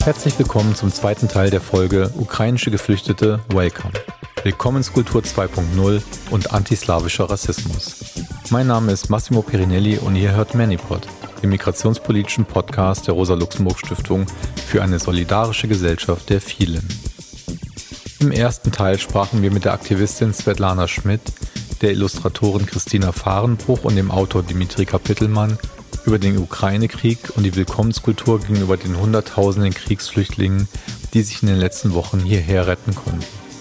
Herzlich willkommen zum zweiten Teil der Folge Ukrainische Geflüchtete, Welcome. Willkommenskultur 2.0 und antislawischer Rassismus. Mein Name ist Massimo Perinelli und ihr hört Manipod, den migrationspolitischen Podcast der Rosa-Luxemburg-Stiftung für eine solidarische Gesellschaft der Vielen. Im ersten Teil sprachen wir mit der Aktivistin Svetlana Schmidt, der Illustratorin Christina Fahrenbruch und dem Autor Dimitri Kapitelmann über den Ukraine-Krieg und die Willkommenskultur gegenüber den Hunderttausenden Kriegsflüchtlingen, die sich in den letzten Wochen hierher retten konnten.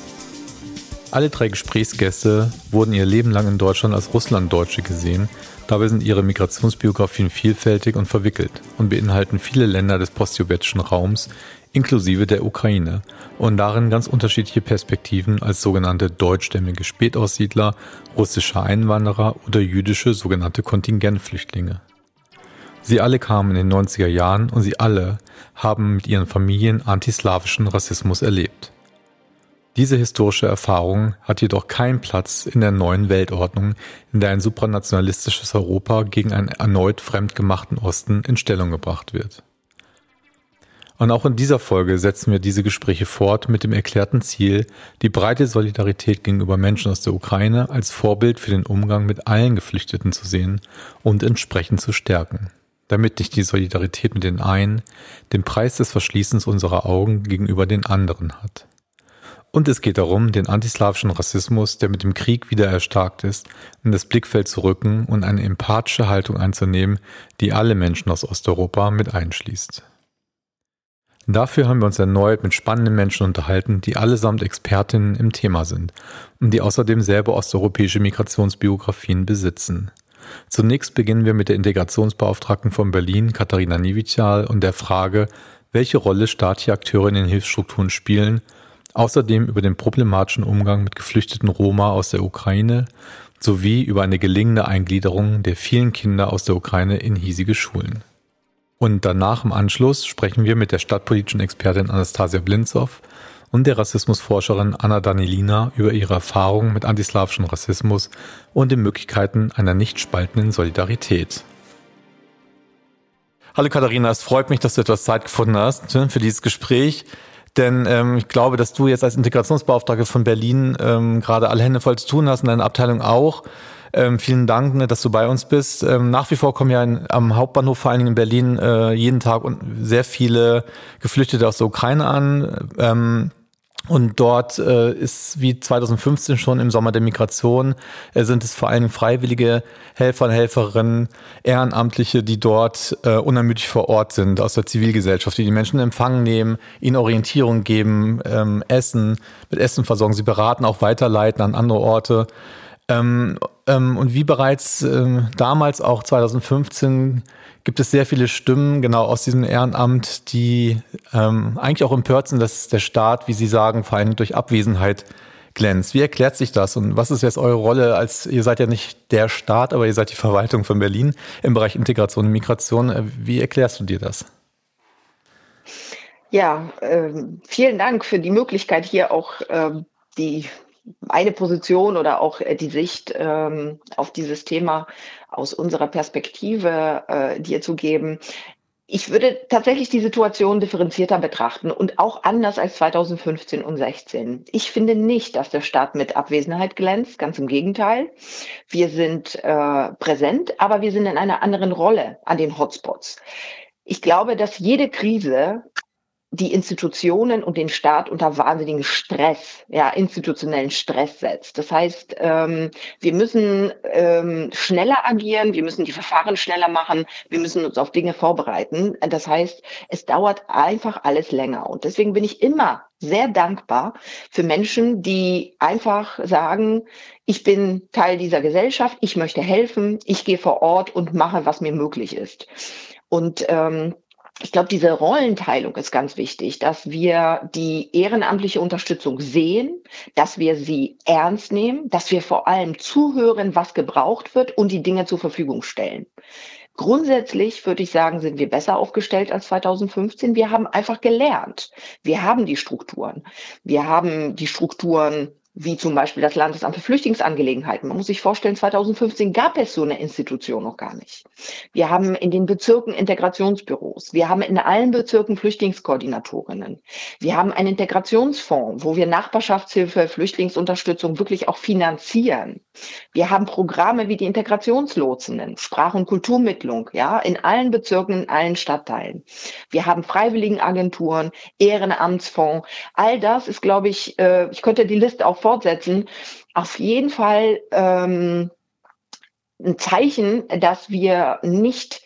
Alle drei Gesprächsgäste wurden ihr Leben lang in Deutschland als Russlanddeutsche gesehen. Dabei sind ihre Migrationsbiografien vielfältig und verwickelt und beinhalten viele Länder des postsowjetischen Raums, inklusive der Ukraine, und darin ganz unterschiedliche Perspektiven als sogenannte deutschstämmige Spätaussiedler, russische Einwanderer oder jüdische sogenannte Kontingentflüchtlinge. Sie alle kamen in den 90er Jahren und sie alle haben mit ihren Familien antislawischen Rassismus erlebt. Diese historische Erfahrung hat jedoch keinen Platz in der neuen Weltordnung, in der ein supranationalistisches Europa gegen einen erneut fremdgemachten Osten in Stellung gebracht wird. Und auch in dieser Folge setzen wir diese Gespräche fort mit dem erklärten Ziel, die breite Solidarität gegenüber Menschen aus der Ukraine als Vorbild für den Umgang mit allen Geflüchteten zu sehen und entsprechend zu stärken, damit nicht die Solidarität mit den einen den Preis des Verschließens unserer Augen gegenüber den anderen hat. Und es geht darum, den antislawischen Rassismus, der mit dem Krieg wieder erstarkt ist, in das Blickfeld zu rücken und eine empathische Haltung einzunehmen, die alle Menschen aus Osteuropa mit einschließt. Dafür haben wir uns erneut mit spannenden Menschen unterhalten, die allesamt Expertinnen im Thema sind und die außerdem selber osteuropäische Migrationsbiografien besitzen. Zunächst beginnen wir mit der Integrationsbeauftragten von Berlin, Katharina Niewital, und der Frage, welche Rolle staatliche Akteure in den Hilfsstrukturen spielen, außerdem über den problematischen Umgang mit geflüchteten Roma aus der Ukraine sowie über eine gelingende Eingliederung der vielen Kinder aus der Ukraine in hiesige Schulen. Und danach im Anschluss sprechen wir mit der stadtpolitischen Expertin Anastasia Blinzow und der Rassismusforscherin Anna Danilina über ihre Erfahrungen mit antislawischem Rassismus und den Möglichkeiten einer nicht spaltenden Solidarität. Hallo Katharina, es freut mich, dass du etwas Zeit gefunden hast für dieses Gespräch, denn ich glaube, dass du jetzt als Integrationsbeauftragte von Berlin gerade alle Hände voll zu tun hast und deine Abteilung auch. Vielen Dank, dass du bei uns bist. Nach wie vor kommen ja am Hauptbahnhof, vor allen Dingen in Berlin, jeden Tag sehr viele Geflüchtete aus der Ukraine an. Und dort ist wie 2015 schon im Sommer der Migration, sind es vor allem freiwillige Helfer und Helferinnen, Ehrenamtliche, die dort unermüdlich vor Ort sind, aus der Zivilgesellschaft, die die Menschen in Empfang nehmen, ihnen Orientierung geben, Essen, mit Essen versorgen, sie beraten, auch weiterleiten an andere Orte. Und wie bereits damals, auch 2015, gibt es sehr viele Stimmen genau aus diesem Ehrenamt, die eigentlich auch empört sind, dass der Staat, wie Sie sagen, vor allem durch Abwesenheit glänzt. Wie erklärt sich das und was ist jetzt eure Rolle ihr seid ja nicht der Staat, aber ihr seid die Verwaltung von Berlin im Bereich Integration und Migration. Wie erklärst du dir das? Ja, vielen Dank für die Möglichkeit, hier auch eine Position oder auch die Sicht auf dieses Thema aus unserer Perspektive dir zu geben. Ich würde tatsächlich die Situation differenzierter betrachten und auch anders als 2015 und 16. Ich finde nicht, dass der Staat mit Abwesenheit glänzt, ganz im Gegenteil. Wir sind präsent, aber wir sind in einer anderen Rolle an den Hotspots. Ich glaube, dass jede Krise die Institutionen und den Staat unter wahnsinnigen Stress, institutionellen Stress setzt. Das heißt, wir müssen schneller agieren, wir müssen die Verfahren schneller machen, wir müssen uns auf Dinge vorbereiten. Das heißt, es dauert einfach alles länger. Und deswegen bin ich immer sehr dankbar für Menschen, die einfach sagen, ich bin Teil dieser Gesellschaft, ich möchte helfen, ich gehe vor Ort und mache, was mir möglich ist. Und ich glaube, diese Rollenteilung ist ganz wichtig, dass wir die ehrenamtliche Unterstützung sehen, dass wir sie ernst nehmen, dass wir vor allem zuhören, was gebraucht wird und die Dinge zur Verfügung stellen. Grundsätzlich würde ich sagen, sind wir besser aufgestellt als 2015. Wir haben einfach gelernt. Wir haben die Strukturen. Wir haben die Strukturen wie zum Beispiel das Landesamt für Flüchtlingsangelegenheiten. Man muss sich vorstellen, 2015 gab es so eine Institution noch gar nicht. Wir haben in den Bezirken Integrationsbüros. Wir haben in allen Bezirken Flüchtlingskoordinatorinnen. Wir haben einen Integrationsfonds, wo wir Nachbarschaftshilfe, Flüchtlingsunterstützung wirklich auch finanzieren. Wir haben Programme wie die Integrationslotsen, Sprach- und Kulturmittlung, ja, in allen Bezirken, in allen Stadtteilen. Wir haben Freiwilligenagenturen, Ehrenamtsfonds. All das ist, glaube ich, ich könnte die Liste auch fortsetzen, auf jeden Fall ein Zeichen, dass wir nicht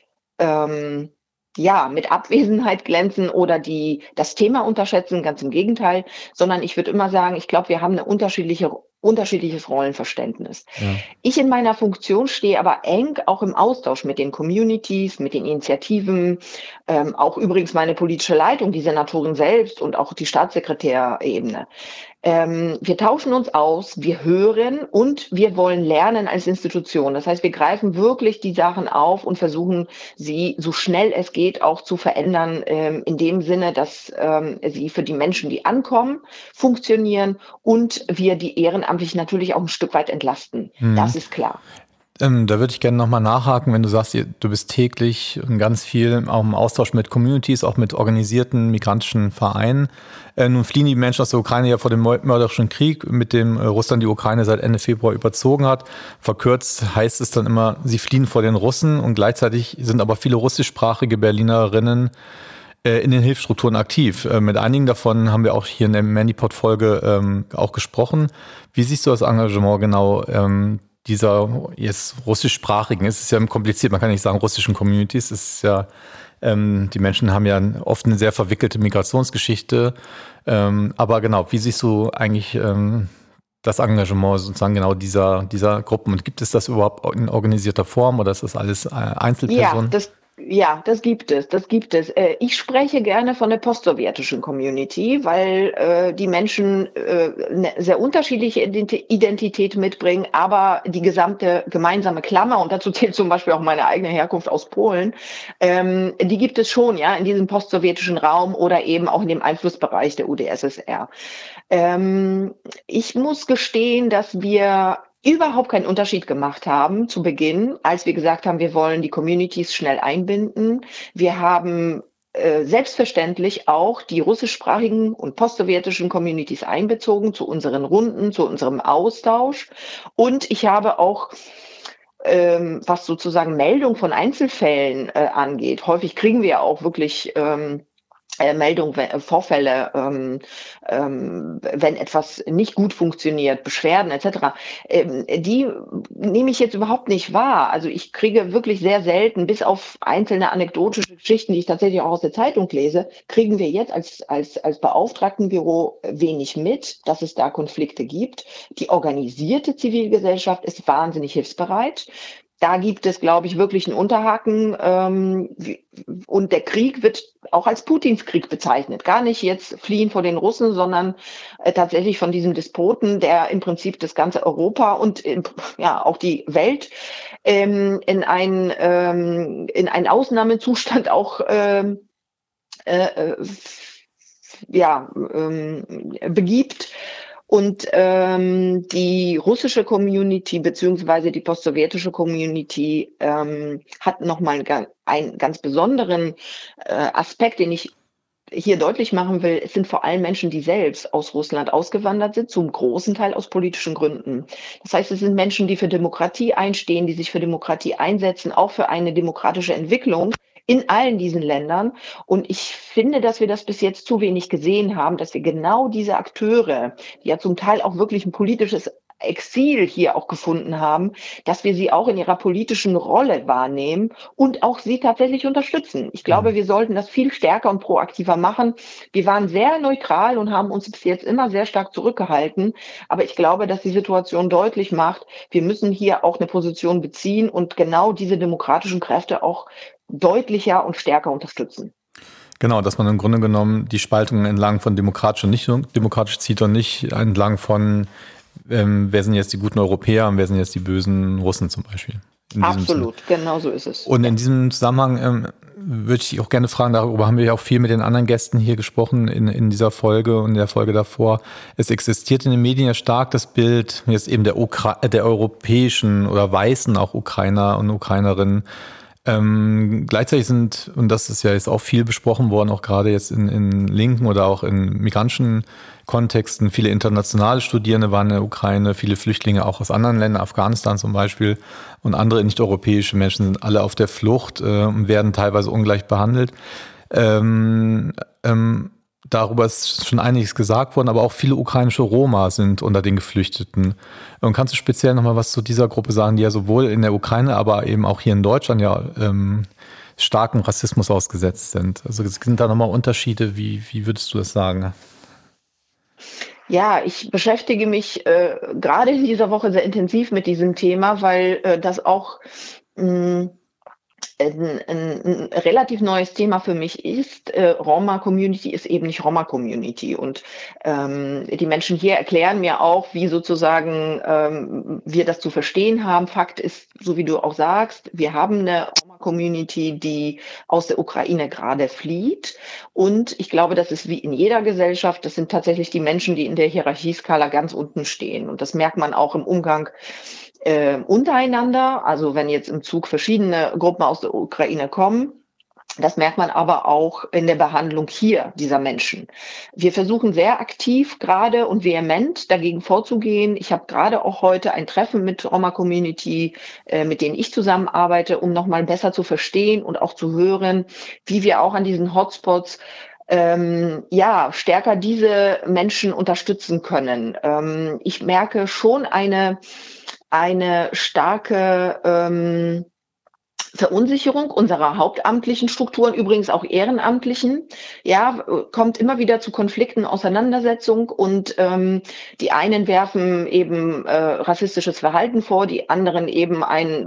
mit Abwesenheit glänzen oder das Thema unterschätzen, ganz im Gegenteil, sondern ich würde immer sagen, ich glaube, wir haben eine unterschiedliches Rollenverständnis. Ja. Ich in meiner Funktion stehe aber eng auch im Austausch mit den Communities, mit den Initiativen, auch übrigens meine politische Leitung, die Senatorin selbst und auch die Staatssekretärebene. Wir tauschen uns aus, wir hören und wir wollen lernen als Institution. Das heißt, wir greifen wirklich die Sachen auf und versuchen, sie so schnell es geht auch zu verändern, in dem Sinne, dass sie für die Menschen, die ankommen, funktionieren und wir die Ehrenamtlichen natürlich auch ein Stück weit entlasten. Das ist klar. Da würde ich gerne nochmal nachhaken, wenn du sagst, du bist täglich ganz viel auch im Austausch mit Communities, auch mit organisierten migrantischen Vereinen. Nun fliehen die Menschen aus der Ukraine ja vor dem mörderischen Krieg, mit dem Russland die Ukraine seit Ende Februar überzogen hat. Verkürzt heißt es dann immer, sie fliehen vor den Russen und gleichzeitig sind aber viele russischsprachige Berlinerinnen in den Hilfsstrukturen aktiv. Mit einigen davon haben wir auch hier in der Manipod-Folge auch gesprochen. Wie siehst du das Engagement genau dieser jetzt russischsprachigen, es ist ja kompliziert, man kann nicht sagen russischen Communities, es ist ja, die Menschen haben ja oft eine sehr verwickelte Migrationsgeschichte, aber genau, wie siehst du eigentlich das Engagement sozusagen genau dieser Gruppen und gibt es das überhaupt in organisierter Form oder ist das alles Einzelpersonen? Ja, das gibt es. Ich spreche gerne von der postsowjetischen Community, weil die Menschen eine sehr unterschiedliche Identität mitbringen, aber die gesamte gemeinsame Klammer, und dazu zählt zum Beispiel auch meine eigene Herkunft aus Polen, die gibt es schon, ja, in diesem postsowjetischen Raum oder eben auch in dem Einflussbereich der UdSSR. Ich muss gestehen, dass wir überhaupt keinen Unterschied gemacht haben zu Beginn, als wir gesagt haben, wir wollen die Communities schnell einbinden. Wir haben selbstverständlich auch die russischsprachigen und postsowjetischen Communities einbezogen zu unseren Runden, zu unserem Austausch. Und ich habe auch was sozusagen Meldung von Einzelfällen angeht. Häufig kriegen wir auch wirklich Meldungen, Vorfälle, wenn etwas nicht gut funktioniert, Beschwerden etc., die nehme ich jetzt überhaupt nicht wahr. Also ich kriege wirklich sehr selten, bis auf einzelne anekdotische Geschichten, die ich tatsächlich auch aus der Zeitung lese, kriegen wir jetzt als Beauftragtenbüro wenig mit, dass es da Konflikte gibt. Die organisierte Zivilgesellschaft ist wahnsinnig hilfsbereit. Da gibt es, glaube ich, wirklich einen Unterhaken und der Krieg wird auch als Putins Krieg bezeichnet. Gar nicht jetzt fliehen vor den Russen, sondern tatsächlich von diesem Despoten, der im Prinzip das ganze Europa und auch die Welt in einen Ausnahmezustand auch begibt. Und die russische Community beziehungsweise die postsowjetische Community hat nochmal einen ganz besonderen Aspekt, den ich hier deutlich machen will. Es sind vor allem Menschen, die selbst aus Russland ausgewandert sind, zum großen Teil aus politischen Gründen. Das heißt, es sind Menschen, die für Demokratie einstehen, die sich für Demokratie einsetzen, auch für eine demokratische Entwicklung in allen diesen Ländern. Und ich finde, dass wir das bis jetzt zu wenig gesehen haben, dass wir genau diese Akteure, die ja zum Teil auch wirklich ein politisches Exil hier auch gefunden haben, dass wir sie auch in ihrer politischen Rolle wahrnehmen und auch sie tatsächlich unterstützen. Ich glaube, wir sollten das viel stärker und proaktiver machen. Wir waren sehr neutral und haben uns bis jetzt immer sehr stark zurückgehalten. Aber ich glaube, dass die Situation deutlich macht, wir müssen hier auch eine Position beziehen und genau diese demokratischen Kräfte auch deutlicher und stärker unterstützen. Genau, dass man im Grunde genommen die Spaltung entlang von demokratisch und nicht demokratisch zieht und nicht entlang von wer sind jetzt die guten Europäer und wer sind jetzt die bösen Russen zum Beispiel. Absolut, genau so ist es. Und in diesem Zusammenhang würde ich dich auch gerne fragen, darüber haben wir ja auch viel mit den anderen Gästen hier gesprochen in dieser Folge und der Folge davor. Es existiert in den Medien ja stark das Bild jetzt eben der europäischen oder weißen auch Ukrainer und Ukrainerinnen. Gleichzeitig sind, und das ist ja jetzt auch viel besprochen worden, auch gerade jetzt in linken oder auch in migrantischen Kontexten, viele internationale Studierende waren in der Ukraine, viele Flüchtlinge auch aus anderen Ländern, Afghanistan zum Beispiel, und andere nicht-europäische Menschen sind alle auf der Flucht und werden teilweise ungleich behandelt. Darüber ist schon einiges gesagt worden, aber auch viele ukrainische Roma sind unter den Geflüchteten. Und kannst du speziell nochmal was zu dieser Gruppe sagen, die ja sowohl in der Ukraine, aber eben auch hier in Deutschland ja starken Rassismus ausgesetzt sind? Also sind da nochmal Unterschiede? Wie würdest du das sagen? Ja, ich beschäftige mich gerade in dieser Woche sehr intensiv mit diesem Thema, weil das auch ein relativ neues Thema für mich ist. Roma-Community ist eben nicht Roma-Community. Und die Menschen hier erklären mir auch, wie sozusagen wir das zu verstehen haben. Fakt ist, so wie du auch sagst, wir haben eine Roma-Community, die aus der Ukraine gerade flieht. Und ich glaube, das ist wie in jeder Gesellschaft, das sind tatsächlich die Menschen, die in der Hierarchieskala ganz unten stehen. Und das merkt man auch im Umgang untereinander, also wenn jetzt im Zug verschiedene Gruppen aus der Ukraine kommen, das merkt man aber auch in der Behandlung hier dieser Menschen. Wir versuchen sehr aktiv gerade und vehement dagegen vorzugehen. Ich habe gerade auch heute ein Treffen mit Roma-Community, mit denen ich zusammenarbeite, um nochmal besser zu verstehen und auch zu hören, wie wir auch an diesen Hotspots stärker diese Menschen unterstützen können. Ich merke schon eine starke Verunsicherung unserer hauptamtlichen Strukturen, übrigens auch ehrenamtlichen, kommt immer wieder zu Konflikten, Auseinandersetzung und die einen werfen eben rassistisches Verhalten vor, die anderen eben ein,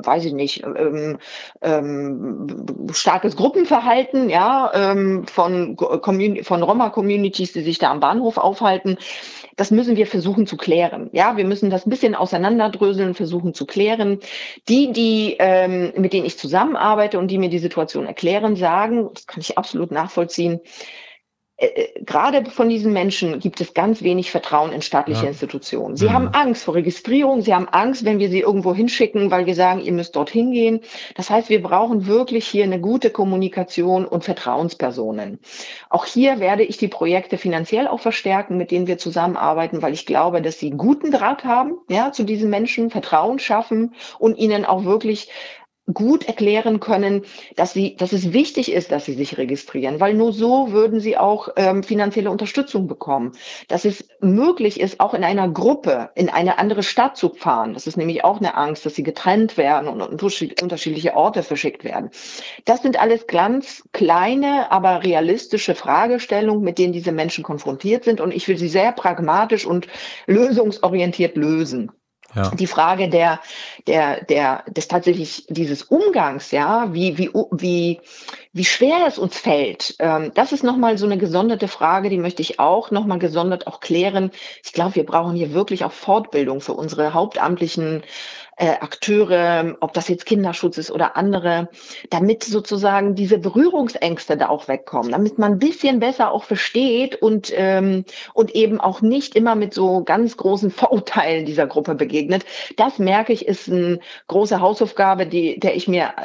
starkes Gruppenverhalten, von Roma-Communities, die sich da am Bahnhof aufhalten. Das müssen wir versuchen zu klären. Ja, wir müssen das ein bisschen auseinanderdröseln, versuchen zu klären. Die mit denen ich zusammenarbeite und die mir die Situation erklären, sagen, das kann ich absolut nachvollziehen, gerade von diesen Menschen gibt es ganz wenig Vertrauen in staatliche Institutionen. Sie haben Angst vor Registrierung, sie haben Angst, wenn wir sie irgendwo hinschicken, weil wir sagen, ihr müsst dorthin gehen. Das heißt, wir brauchen wirklich hier eine gute Kommunikation und Vertrauenspersonen. Auch hier werde ich die Projekte finanziell auch verstärken, mit denen wir zusammenarbeiten, weil ich glaube, dass sie guten Draht haben, zu diesen Menschen, Vertrauen schaffen und ihnen auch wirklich gut erklären können, dass es wichtig ist, dass sie sich registrieren, weil nur so würden sie auch finanzielle Unterstützung bekommen. Dass es möglich ist, auch in einer Gruppe in eine andere Stadt zu fahren. Das ist nämlich auch eine Angst, dass sie getrennt werden und unterschiedliche Orte verschickt werden. Das sind alles ganz kleine, aber realistische Fragestellungen, mit denen diese Menschen konfrontiert sind. Und ich will sie sehr pragmatisch und lösungsorientiert lösen. Ja. Die Frage des tatsächlich dieses Umgangs, wie schwer es uns fällt, das ist nochmal so eine gesonderte Frage, die möchte ich auch nochmal gesondert auch klären. Ich glaube, wir brauchen hier wirklich auch Fortbildung für unsere hauptamtlichen Akteure, ob das jetzt Kinderschutz ist oder andere, damit sozusagen diese Berührungsängste da auch wegkommen, damit man ein bisschen besser auch versteht und eben auch nicht immer mit so ganz großen Vorurteilen dieser Gruppe begegnet. Das merke ich, ist eine große Hausaufgabe, der ich mich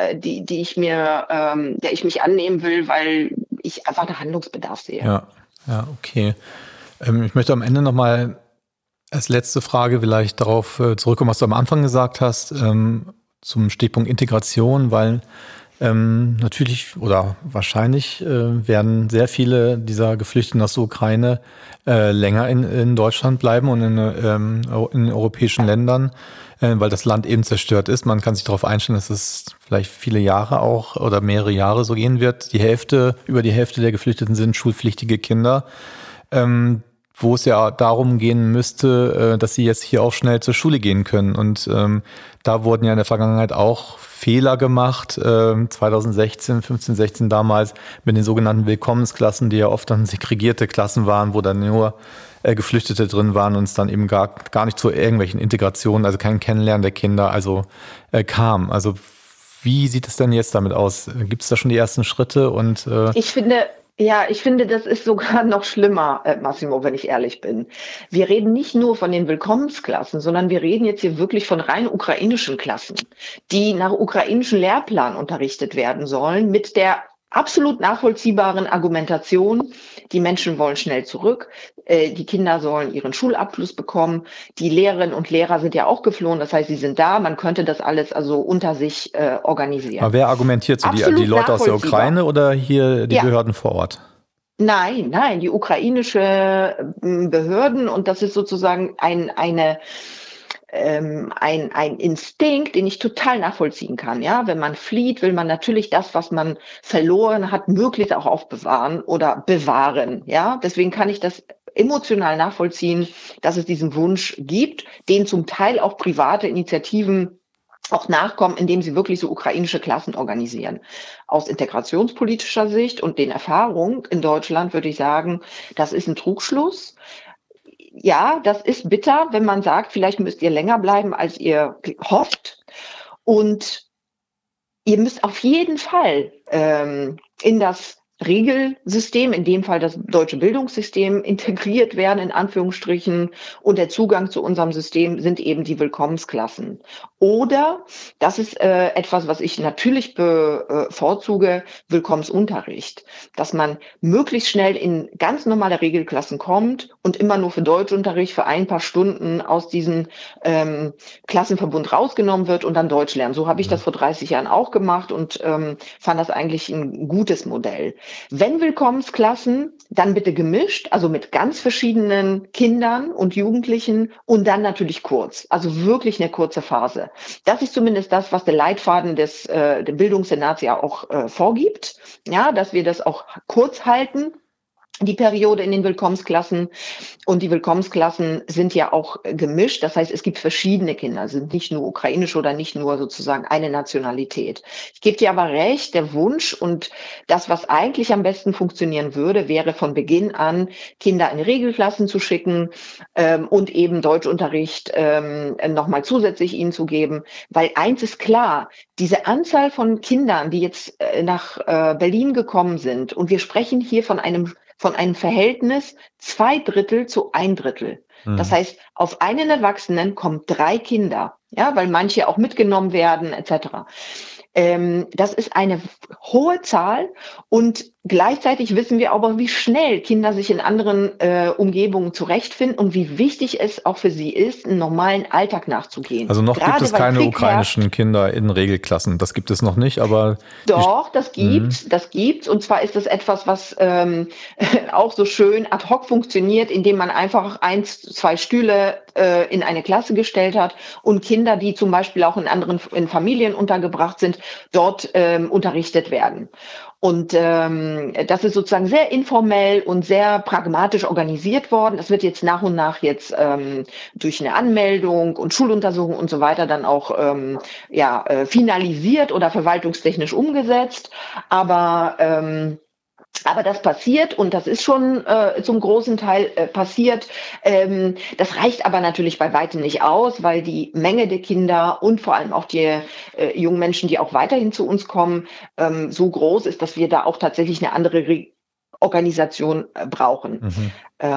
annehmen will, weil ich einfach einen Handlungsbedarf sehe. Ja, okay. Ich möchte am Ende nochmal als letzte Frage vielleicht darauf zurückkommen, was du am Anfang gesagt hast, zum Stichpunkt Integration, weil natürlich oder wahrscheinlich werden sehr viele dieser Geflüchteten aus der Ukraine länger in Deutschland bleiben und in europäischen Ländern, weil das Land eben zerstört ist. Man kann sich darauf einstellen, dass es vielleicht viele Jahre auch oder mehrere Jahre so gehen wird. Über die Hälfte der Geflüchteten sind schulpflichtige Kinder. Wo es ja darum gehen müsste, dass sie jetzt hier auch schnell zur Schule gehen können. Und da wurden ja in der Vergangenheit auch Fehler gemacht, 2016, 15, 16 damals mit den sogenannten Willkommensklassen, die ja oft dann segregierte Klassen waren, wo dann nur Geflüchtete drin waren und es dann eben gar nicht zu irgendwelchen Integrationen, also kein Kennenlernen der Kinder, kam. Also Wie sieht es denn jetzt damit aus? Gibt es da schon die ersten Schritte? Und Ich finde, das ist sogar noch schlimmer, Massimo, wenn ich ehrlich bin. Wir reden nicht nur von den Willkommensklassen, sondern wir reden jetzt hier wirklich von rein ukrainischen Klassen, die nach ukrainischem Lehrplan unterrichtet werden sollen, mit der absolut nachvollziehbaren Argumentation, die Menschen wollen schnell zurück, die Kinder sollen ihren Schulabschluss bekommen, die Lehrerinnen und Lehrer sind ja auch geflohen, das heißt, sie sind da, man könnte das alles also unter sich organisieren. aber wer argumentiert so? Die Leute aus der Ukraine oder hier die Behörden vor Ort? Nein, die ukrainische Behörden, und das ist sozusagen ein Instinkt, den ich total nachvollziehen kann. Ja, wenn man flieht, will man natürlich das, was man verloren hat, möglichst auch aufbewahren oder bewahren. Ja, deswegen kann ich das emotional nachvollziehen, dass es diesen Wunsch gibt, den zum Teil auch private Initiativen auch nachkommen, indem sie wirklich so ukrainische Klassen organisieren. Aus integrationspolitischer Sicht und den Erfahrungen in Deutschland würde ich sagen, das ist ein Trugschluss. Ja, das ist bitter, wenn man sagt, vielleicht müsst ihr länger bleiben, als ihr hofft. Und ihr müsst auf jeden Fall in das Regelsystem, in dem Fall das deutsche Bildungssystem, integriert werden, in Anführungsstrichen. Und der Zugang zu unserem System sind eben die Willkommensklassen. Oder, das ist etwas, was ich natürlich bevorzuge, Willkommensunterricht. Dass man möglichst schnell in ganz normale Regelklassen kommt und immer nur für Deutschunterricht für ein paar Stunden aus diesem Klassenverbund rausgenommen wird und dann Deutsch lernen. So habe ich das vor 30 Jahren auch gemacht und fand das eigentlich ein gutes Modell. Wenn Willkommensklassen, dann bitte gemischt, also mit ganz verschiedenen Kindern und Jugendlichen und dann natürlich kurz, also wirklich eine kurze Phase. Das ist zumindest das, was der Leitfaden des Bildungssenats ja auch vorgibt, ja, dass wir das auch kurz halten, die Periode in den Willkommensklassen. Und die Willkommensklassen sind ja auch gemischt. Das heißt, es gibt verschiedene Kinder, sind nicht nur ukrainisch oder nicht nur sozusagen eine Nationalität. Ich gebe dir aber recht, der Wunsch und das, was eigentlich am besten funktionieren würde, wäre von Beginn an, Kinder in Regelklassen zu schicken und eben Deutschunterricht nochmal zusätzlich ihnen zu geben. Weil eins ist klar, diese Anzahl von Kindern, die jetzt nach Berlin gekommen sind, und wir sprechen hier von einem Verhältnis 2/3 zu 1/3. Das heißt, auf einen Erwachsenen kommen 3 Kinder, ja, weil manche auch mitgenommen werden, etc. Das ist eine hohe Zahl und gleichzeitig wissen wir aber, wie schnell Kinder sich in anderen Umgebungen zurechtfinden und wie wichtig es auch für sie ist, einen normalen Alltag nachzugehen. Also noch gibt es keine ukrainischen Kinder in Regelklassen. Das gibt es noch nicht, aber... Doch, das gibt's. Und zwar ist das etwas, was auch so schön ad hoc funktioniert, indem man einfach 1, 2 Stühle in eine Klasse gestellt hat und Kinder, die zum Beispiel auch in Familien untergebracht sind, dort unterrichtet werden. Und das ist sozusagen sehr informell und sehr pragmatisch organisiert worden. Das wird jetzt nach und nach jetzt durch eine Anmeldung und Schuluntersuchung und so weiter dann auch finalisiert oder verwaltungstechnisch umgesetzt. Aber das passiert und das ist schon zum großen Teil passiert. Das reicht aber natürlich bei weitem nicht aus, weil die Menge der Kinder und vor allem auch die jungen Menschen, die auch weiterhin zu uns kommen, so groß ist, dass wir da auch tatsächlich eine andere Organisation brauchen.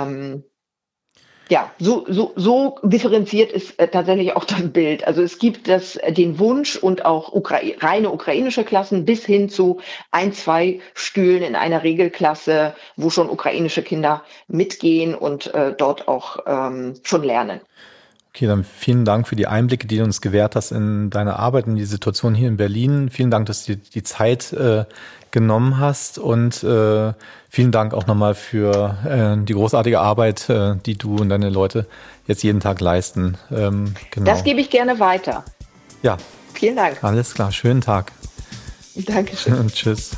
So differenziert ist tatsächlich auch das Bild. Also es gibt den Wunsch und auch reine ukrainische Klassen bis hin zu 1, 2 Stühlen in einer Regelklasse, wo schon ukrainische Kinder mitgehen und dort auch schon lernen. Okay, dann vielen Dank für die Einblicke, die du uns gewährt hast in deine Arbeit, in die Situation hier in Berlin. Vielen Dank, dass du dir die Zeit genommen hast und vielen Dank auch nochmal für die großartige Arbeit, die du und deine Leute jetzt jeden Tag leisten. Genau. Das gebe ich gerne weiter. Ja. Vielen Dank. Alles klar, schönen Tag. Dankeschön. Tschüss.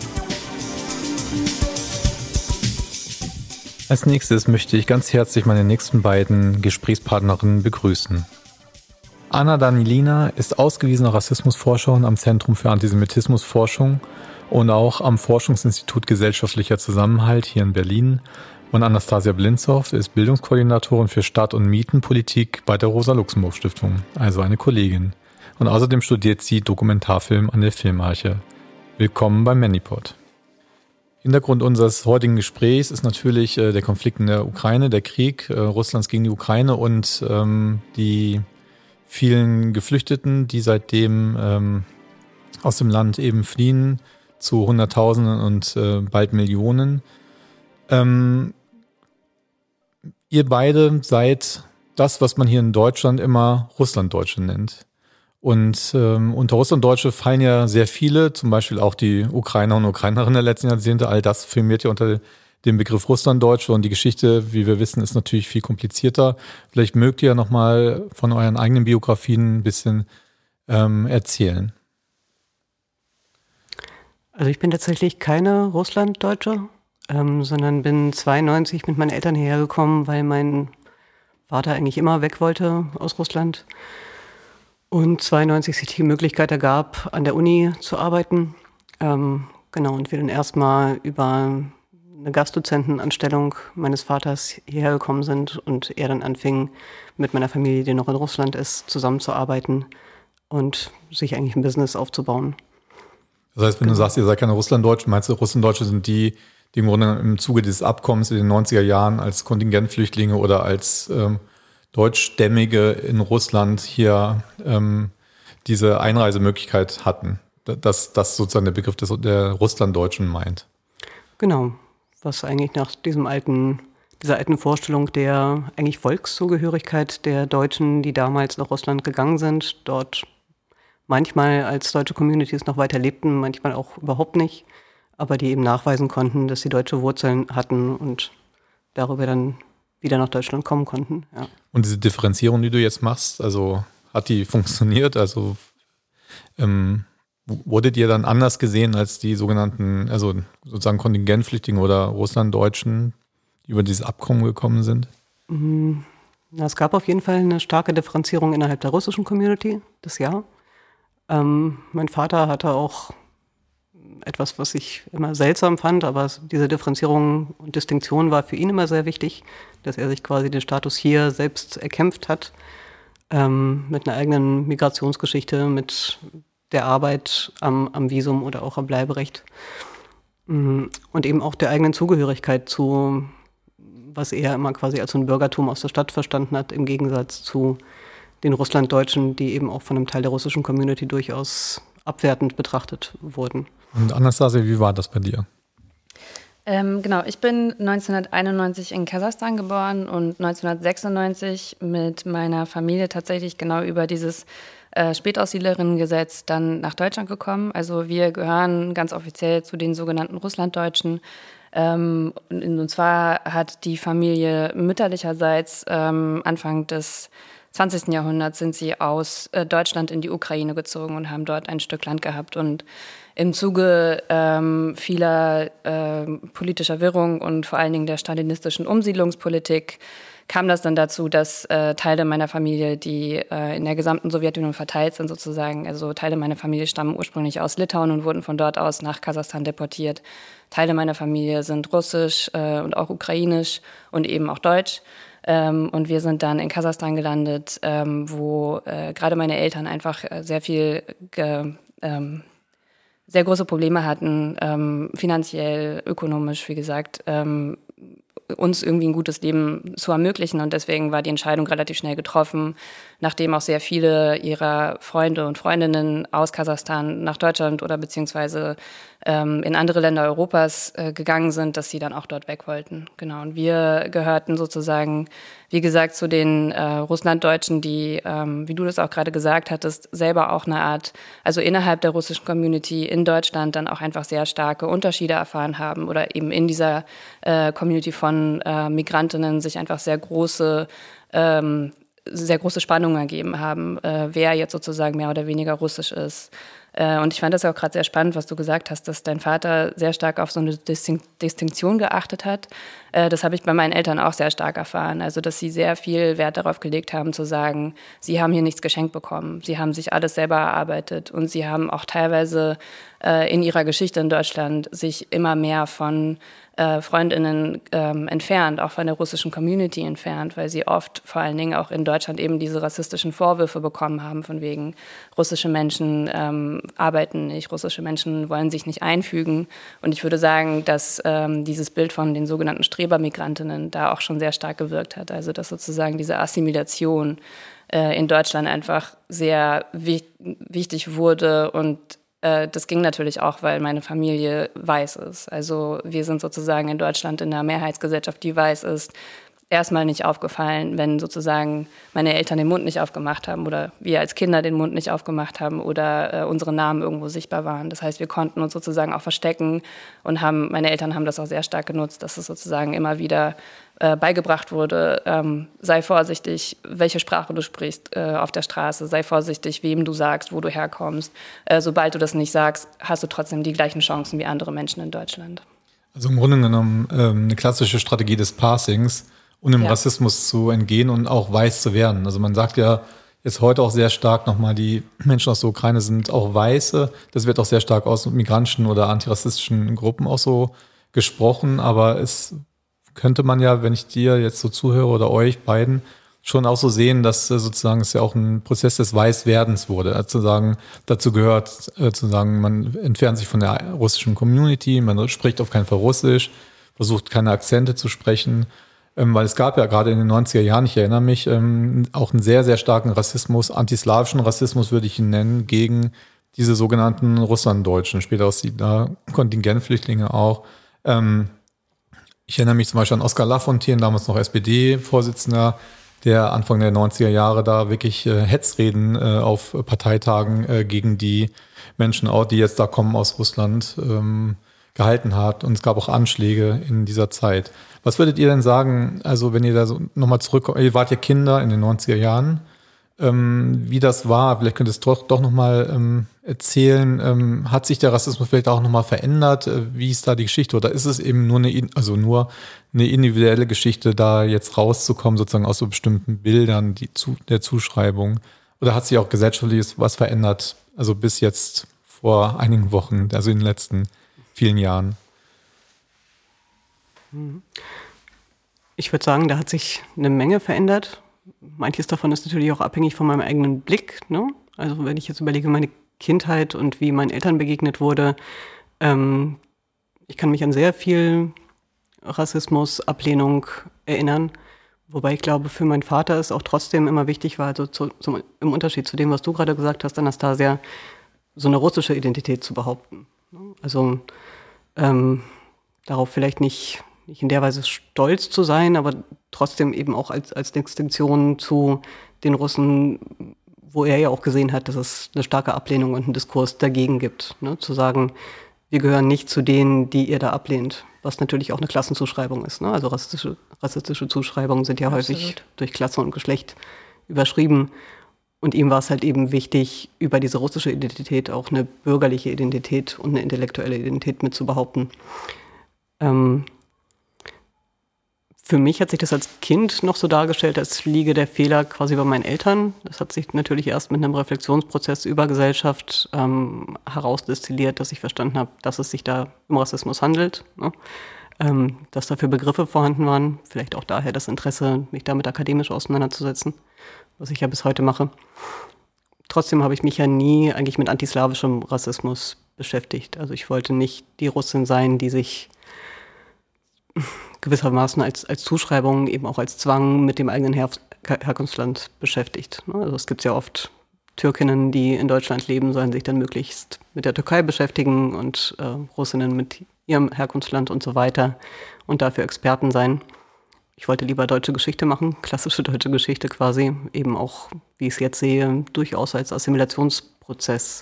Als nächstes möchte ich ganz herzlich meine nächsten beiden Gesprächspartnerinnen begrüßen. Anna Danilina ist ausgewiesene Rassismusforscherin am Zentrum für Antisemitismusforschung und auch am Forschungsinstitut Gesellschaftlicher Zusammenhalt hier in Berlin. Und Anastasia Blinzow ist Bildungskoordinatorin für Stadt- und Mietenpolitik bei der Rosa-Luxemburg-Stiftung, also eine Kollegin. und außerdem studiert sie Dokumentarfilm an der Filmarche. Willkommen beim Manipod. Hintergrund unseres heutigen Gesprächs ist natürlich der Konflikt in der Ukraine, der Krieg Russlands gegen die Ukraine und die vielen Geflüchteten, die seitdem aus dem Land eben fliehen, zu Hunderttausenden und bald Millionen. Ihr beide seid das, was man hier in Deutschland immer Russlanddeutsche nennt. Und unter Russlanddeutsche fallen ja sehr viele, zum Beispiel auch die Ukrainer und Ukrainerinnen der letzten Jahrzehnte. All das firmiert ja unter dem Begriff Russlanddeutsche. Und die Geschichte, wie wir wissen, ist natürlich viel komplizierter. Vielleicht mögt ihr ja nochmal von euren eigenen Biografien ein bisschen erzählen. Also ich bin tatsächlich keine Russlanddeutsche, sondern bin 92 mit meinen Eltern hierher gekommen, weil mein Vater eigentlich immer weg wollte aus Russland. Und 92 sich die Möglichkeit ergab, an der Uni zu arbeiten. Genau, und wir dann erstmal über eine Gastdozentenanstellung meines Vaters hierher gekommen sind und er dann anfing, mit meiner Familie, die noch in Russland ist, zusammenzuarbeiten und sich eigentlich ein Business aufzubauen. Das heißt, wenn du sagst, ihr seid keine Russlanddeutsche, meinst du, Russlanddeutsche sind die im Grunde im Zuge dieses Abkommens in den 90er Jahren als Kontingentflüchtlinge oder als Deutschstämmige in Russland hier diese Einreisemöglichkeit hatten. Das sozusagen der Begriff der Russlanddeutschen meint. Genau, was eigentlich nach dieser alten Vorstellung der eigentlich Volkszugehörigkeit der Deutschen, die damals nach Russland gegangen sind, dort manchmal als deutsche Communities noch weiter lebten, manchmal auch überhaupt nicht, aber die eben nachweisen konnten, dass sie deutsche Wurzeln hatten und darüber dann wieder nach Deutschland kommen konnten. Ja. Und diese Differenzierung, die du jetzt machst, also hat die funktioniert? Also wurdet ihr dann anders gesehen als die sogenannten, also sozusagen Kontingentflüchtlinge oder Russlanddeutschen, die über dieses Abkommen gekommen sind? Es gab auf jeden Fall eine starke Differenzierung innerhalb der russischen Community, das Jahr. Mein Vater hatte auch etwas, was ich immer seltsam fand, aber diese Differenzierung und Distinktion war für ihn immer sehr wichtig, dass er sich quasi den Status hier selbst erkämpft hat, mit einer eigenen Migrationsgeschichte, mit der Arbeit am Visum oder auch am Bleiberecht und eben auch der eigenen Zugehörigkeit zu, was er immer quasi als so ein Bürgertum aus der Stadt verstanden hat, im Gegensatz zu den Russlanddeutschen, die eben auch von einem Teil der russischen Community durchaus abwertend betrachtet wurden. Und Anastasia, wie war das bei dir? Genau, ich bin 1991 in Kasachstan geboren und 1996 mit meiner Familie tatsächlich genau über dieses Spätaussiedlerinnengesetz dann nach Deutschland gekommen. Also wir gehören ganz offiziell zu den sogenannten Russlanddeutschen. Und zwar hat die Familie mütterlicherseits Anfang des 20. Jahrhunderts sind sie aus Deutschland in die Ukraine gezogen und haben dort ein Stück Land gehabt. Und im Zuge vieler politischer Wirrung und vor allen Dingen der stalinistischen Umsiedlungspolitik kam das dann dazu, dass Teile meiner Familie, die in der gesamten Sowjetunion verteilt sind sozusagen, also Teile meiner Familie stammen ursprünglich aus Litauen und wurden von dort aus nach Kasachstan deportiert. Teile meiner Familie sind russisch und auch ukrainisch und eben auch deutsch. Und wir sind dann in Kasachstan gelandet, wo gerade meine Eltern einfach sehr große Probleme hatten, finanziell, ökonomisch, wie gesagt, uns irgendwie ein gutes Leben zu ermöglichen. Und deswegen war die Entscheidung relativ schnell getroffen, nachdem auch sehr viele ihrer Freunde und Freundinnen aus Kasachstan nach Deutschland oder beziehungsweise in andere Länder Europas gegangen sind, dass sie dann auch dort weg wollten. Genau. Und wir gehörten sozusagen, wie gesagt, zu den Russlanddeutschen, die, wie du das auch gerade gesagt hattest, selber auch eine Art, also innerhalb der russischen Community in Deutschland dann auch einfach sehr starke Unterschiede erfahren haben oder eben in dieser Community von Migrantinnen sich einfach sehr große Spannungen ergeben haben, wer jetzt sozusagen mehr oder weniger russisch ist. Und ich fand das auch gerade sehr spannend, was du gesagt hast, dass dein Vater sehr stark auf so eine Distinktion geachtet hat. Das habe ich bei meinen Eltern auch sehr stark erfahren. Also, dass sie sehr viel Wert darauf gelegt haben, zu sagen, sie haben hier nichts geschenkt bekommen. Sie haben sich alles selber erarbeitet und sie haben auch teilweise in ihrer Geschichte in Deutschland sich immer mehr von FreundInnen entfernt, auch von der russischen Community entfernt, weil sie oft vor allen Dingen auch in Deutschland eben diese rassistischen Vorwürfe bekommen haben, von wegen russische Menschen arbeiten nicht, russische Menschen wollen sich nicht einfügen. Und ich würde sagen, dass dieses Bild von den sogenannten Strebermigrantinnen da auch schon sehr stark gewirkt hat. Also dass sozusagen diese Assimilation in Deutschland einfach sehr wichtig wurde und das ging natürlich auch, weil meine Familie weiß ist. Also wir sind sozusagen in Deutschland in einer Mehrheitsgesellschaft, die weiß ist, erstmal nicht aufgefallen, wenn sozusagen meine Eltern den Mund nicht aufgemacht haben oder wir als Kinder den Mund nicht aufgemacht haben oder unsere Namen irgendwo sichtbar waren. Das heißt, wir konnten uns sozusagen auch verstecken und meine Eltern haben das auch sehr stark genutzt, dass es sozusagen immer wieder beigebracht wurde, sei vorsichtig, welche Sprache du sprichst auf der Straße, sei vorsichtig, wem du sagst, wo du herkommst. Sobald du das nicht sagst, hast du trotzdem die gleichen Chancen wie andere Menschen in Deutschland. Also im Grunde genommen eine klassische Strategie des Passings, um dem Rassismus zu entgehen und auch weiß zu werden. Also man sagt ja jetzt heute auch sehr stark nochmal, die Menschen aus der Ukraine sind auch Weiße. Das wird auch sehr stark aus migrantischen oder antirassistischen Gruppen auch so gesprochen, aber es könnte man ja, wenn ich dir jetzt so zuhöre oder euch beiden, schon auch so sehen, dass sozusagen es ja auch ein Prozess des Weißwerdens wurde. Also dazu gehört, zu sagen, man entfernt sich von der russischen Community, man spricht auf keinen Fall Russisch, versucht keine Akzente zu sprechen, weil es gab ja gerade in den 90er Jahren, ich erinnere mich, auch einen sehr, sehr starken Rassismus, antislawischen Rassismus würde ich ihn nennen, gegen diese sogenannten Russlanddeutschen, später aus der Kontingentflüchtlinge auch. Ich erinnere mich zum Beispiel an Oskar Lafontaine, damals noch SPD-Vorsitzender, der Anfang der 90er Jahre da wirklich Hetzreden auf Parteitagen gegen die Menschen, die jetzt da kommen aus Russland, gehalten hat. Und es gab auch Anschläge in dieser Zeit. Was würdet ihr denn sagen, also wenn ihr da so nochmal zurückkommt, ihr wart ja Kinder in den 90er Jahren, wie das war, vielleicht könnt ihr es doch nochmal erzählen. Hat sich der Rassismus vielleicht auch nochmal verändert? Wie ist da die Geschichte? Oder ist es eben nur eine individuelle Geschichte, da jetzt rauszukommen, sozusagen aus so bestimmten Bildern der Zuschreibung? Oder hat sich auch gesellschaftlich was verändert? Also bis jetzt vor einigen Wochen, also in den letzten vielen Jahren? Ich würde sagen, da hat sich eine Menge verändert. Manches davon ist natürlich auch abhängig von meinem eigenen Blick, ne? Also wenn ich jetzt überlege, meine Kindheit und wie meinen Eltern begegnet wurde, ich kann mich an sehr viel Rassismus, Ablehnung erinnern, wobei ich glaube, für meinen Vater es auch trotzdem immer wichtig war, also im Unterschied zu dem, was du gerade gesagt hast, Anastasia, so eine russische Identität zu behaupten. Also darauf vielleicht nicht in der Weise stolz zu sein, aber trotzdem eben auch als Distinktion zu den Russen, wo er ja auch gesehen hat, dass es eine starke Ablehnung und einen Diskurs dagegen gibt. Ne? Zu sagen, wir gehören nicht zu denen, die ihr da ablehnt, was natürlich auch eine Klassenzuschreibung ist. Ne? Also rassistische Zuschreibungen sind ja häufig durch Klasse und Geschlecht überschrieben. Und ihm war es halt eben wichtig, über diese russische Identität auch eine bürgerliche Identität und eine intellektuelle Identität mit zu behaupten. Für mich hat sich das als Kind noch so dargestellt, als liege der Fehler quasi bei meinen Eltern. Das hat sich natürlich erst mit einem Reflexionsprozess über Gesellschaft herausdestilliert, dass ich verstanden habe, dass es sich da um Rassismus handelt, ne? Dass dafür Begriffe vorhanden waren. Vielleicht auch daher das Interesse, mich damit akademisch auseinanderzusetzen, was ich ja bis heute mache. Trotzdem habe ich mich ja nie eigentlich mit antislawischem Rassismus beschäftigt. Also ich wollte nicht die Russin sein, die sich gewissermaßen als Zuschreibung, eben auch als Zwang mit dem eigenen Herkunftsland beschäftigt. Also es gibt ja oft Türkinnen, die in Deutschland leben, sollen sich dann möglichst mit der Türkei beschäftigen und Russinnen mit ihrem Herkunftsland und so weiter und dafür Experten sein. Ich wollte lieber deutsche Geschichte machen, klassische deutsche Geschichte quasi, eben auch, wie ich es jetzt sehe, durchaus als Assimilationsprozess.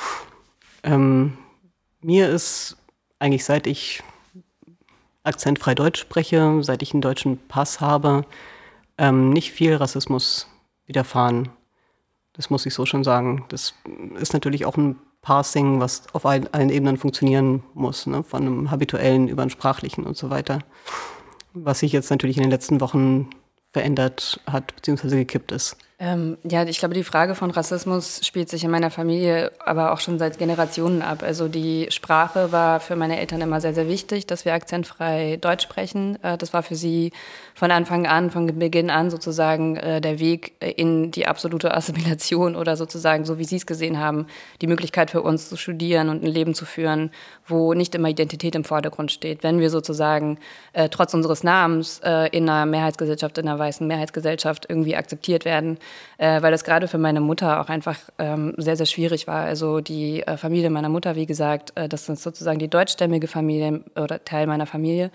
Mir ist eigentlich, seit ich akzentfrei Deutsch spreche, seit ich einen deutschen Pass habe, nicht viel Rassismus widerfahren. Das muss ich so schon sagen. Das ist natürlich auch ein Parsing, was auf allen Ebenen funktionieren muss, ne? Von einem habituellen über einen sprachlichen und so weiter. Was sich jetzt natürlich in den letzten Wochen verändert hat, beziehungsweise gekippt ist. Ja, ich glaube, die Frage von Rassismus spielt sich in meiner Familie aber auch schon seit Generationen ab. Also die Sprache war für meine Eltern immer sehr, sehr wichtig, dass wir akzentfrei Deutsch sprechen. Das war für sie von Anfang an, von Beginn an sozusagen der Weg in die absolute Assimilation oder sozusagen, so wie sie es gesehen haben, die Möglichkeit für uns zu studieren und ein Leben zu führen, wo nicht immer Identität im Vordergrund steht. Wenn wir sozusagen trotz unseres Namens in einer Mehrheitsgesellschaft, in einer weißen Mehrheitsgesellschaft irgendwie akzeptiert werden, weil das gerade für meine Mutter auch einfach sehr, sehr schwierig war. Also die Familie meiner Mutter, wie gesagt, das ist sozusagen die deutschstämmige Familie oder Teil meiner Familie.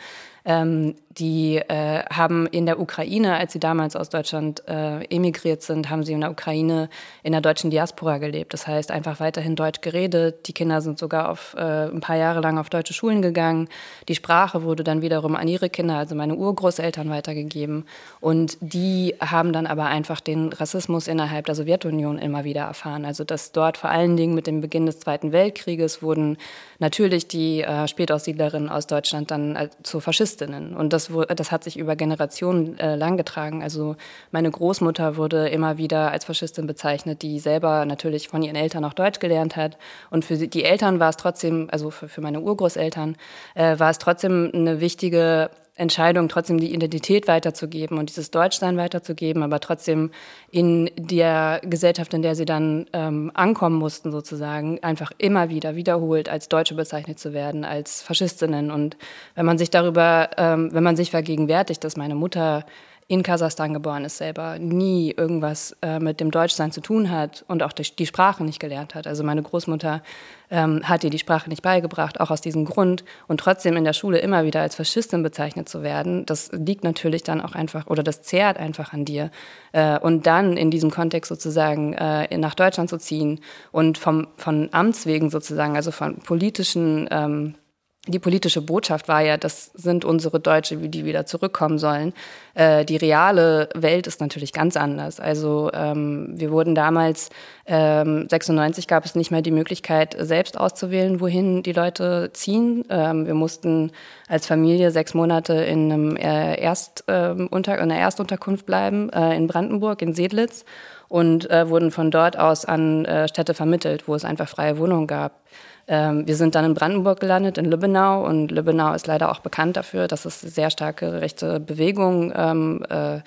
Die haben in der Ukraine, als sie damals aus Deutschland emigriert sind, haben sie in der Ukraine in der deutschen Diaspora gelebt. Das heißt, einfach weiterhin Deutsch geredet. Die Kinder sind sogar ein paar Jahre lang auf deutsche Schulen gegangen. Die Sprache wurde dann wiederum an ihre Kinder, also meine Urgroßeltern, weitergegeben. Und die haben dann aber einfach den Rassismus innerhalb der Sowjetunion immer wieder erfahren. Also dass dort vor allen Dingen mit dem Beginn des Zweiten Weltkrieges wurden natürlich die Spätaussiedlerinnen aus Deutschland dann zu Faschisten. Und das hat sich über Generationen lang getragen. Also meine Großmutter wurde immer wieder als Faschistin bezeichnet, die selber natürlich von ihren Eltern auch Deutsch gelernt hat. Und für die Eltern war es trotzdem, also für meine Urgroßeltern, war es trotzdem eine wichtige Entscheidung, trotzdem die Identität weiterzugeben und dieses Deutschsein weiterzugeben, aber trotzdem in der Gesellschaft, in der sie dann ankommen mussten sozusagen, einfach immer wieder wiederholt als Deutsche bezeichnet zu werden, als Faschistinnen. Und wenn man sich vergegenwärtigt, dass meine Mutter in Kasachstan geboren ist, selber nie irgendwas mit dem Deutschsein zu tun hat und auch die Sprache nicht gelernt hat. Also meine Großmutter hat ihr die Sprache nicht beigebracht, auch aus diesem Grund. Und trotzdem in der Schule immer wieder als Faschistin bezeichnet zu werden, das liegt natürlich dann auch einfach, oder das zehrt einfach an dir. Und dann in diesem Kontext sozusagen nach Deutschland zu ziehen und von Amts wegen sozusagen, also von politischen die politische Botschaft war ja, das sind unsere Deutsche, die wieder zurückkommen sollen. Die reale Welt ist natürlich ganz anders. Also wir wurden damals, 96 gab es nicht mehr die Möglichkeit, selbst auszuwählen, wohin die Leute ziehen. Wir mussten als Familie 6 Monate in einer Erstunterkunft bleiben, in Brandenburg, in Sedlitz. Und wurden von dort aus an Städte vermittelt, wo es einfach freie Wohnungen gab. Wir sind dann in Brandenburg gelandet, in Lübbenau. Und Lübbenau ist leider auch bekannt dafür, dass es sehr starke rechte Bewegungen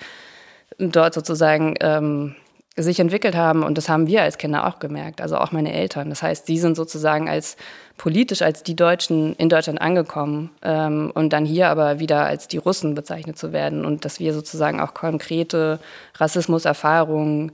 dort sozusagen sich entwickelt haben. Und das haben wir als Kinder auch gemerkt, also auch meine Eltern. Das heißt, sie sind sozusagen politisch als die Deutschen in Deutschland angekommen und dann hier aber wieder als die Russen bezeichnet zu werden. Und dass wir sozusagen auch konkrete Rassismuserfahrungen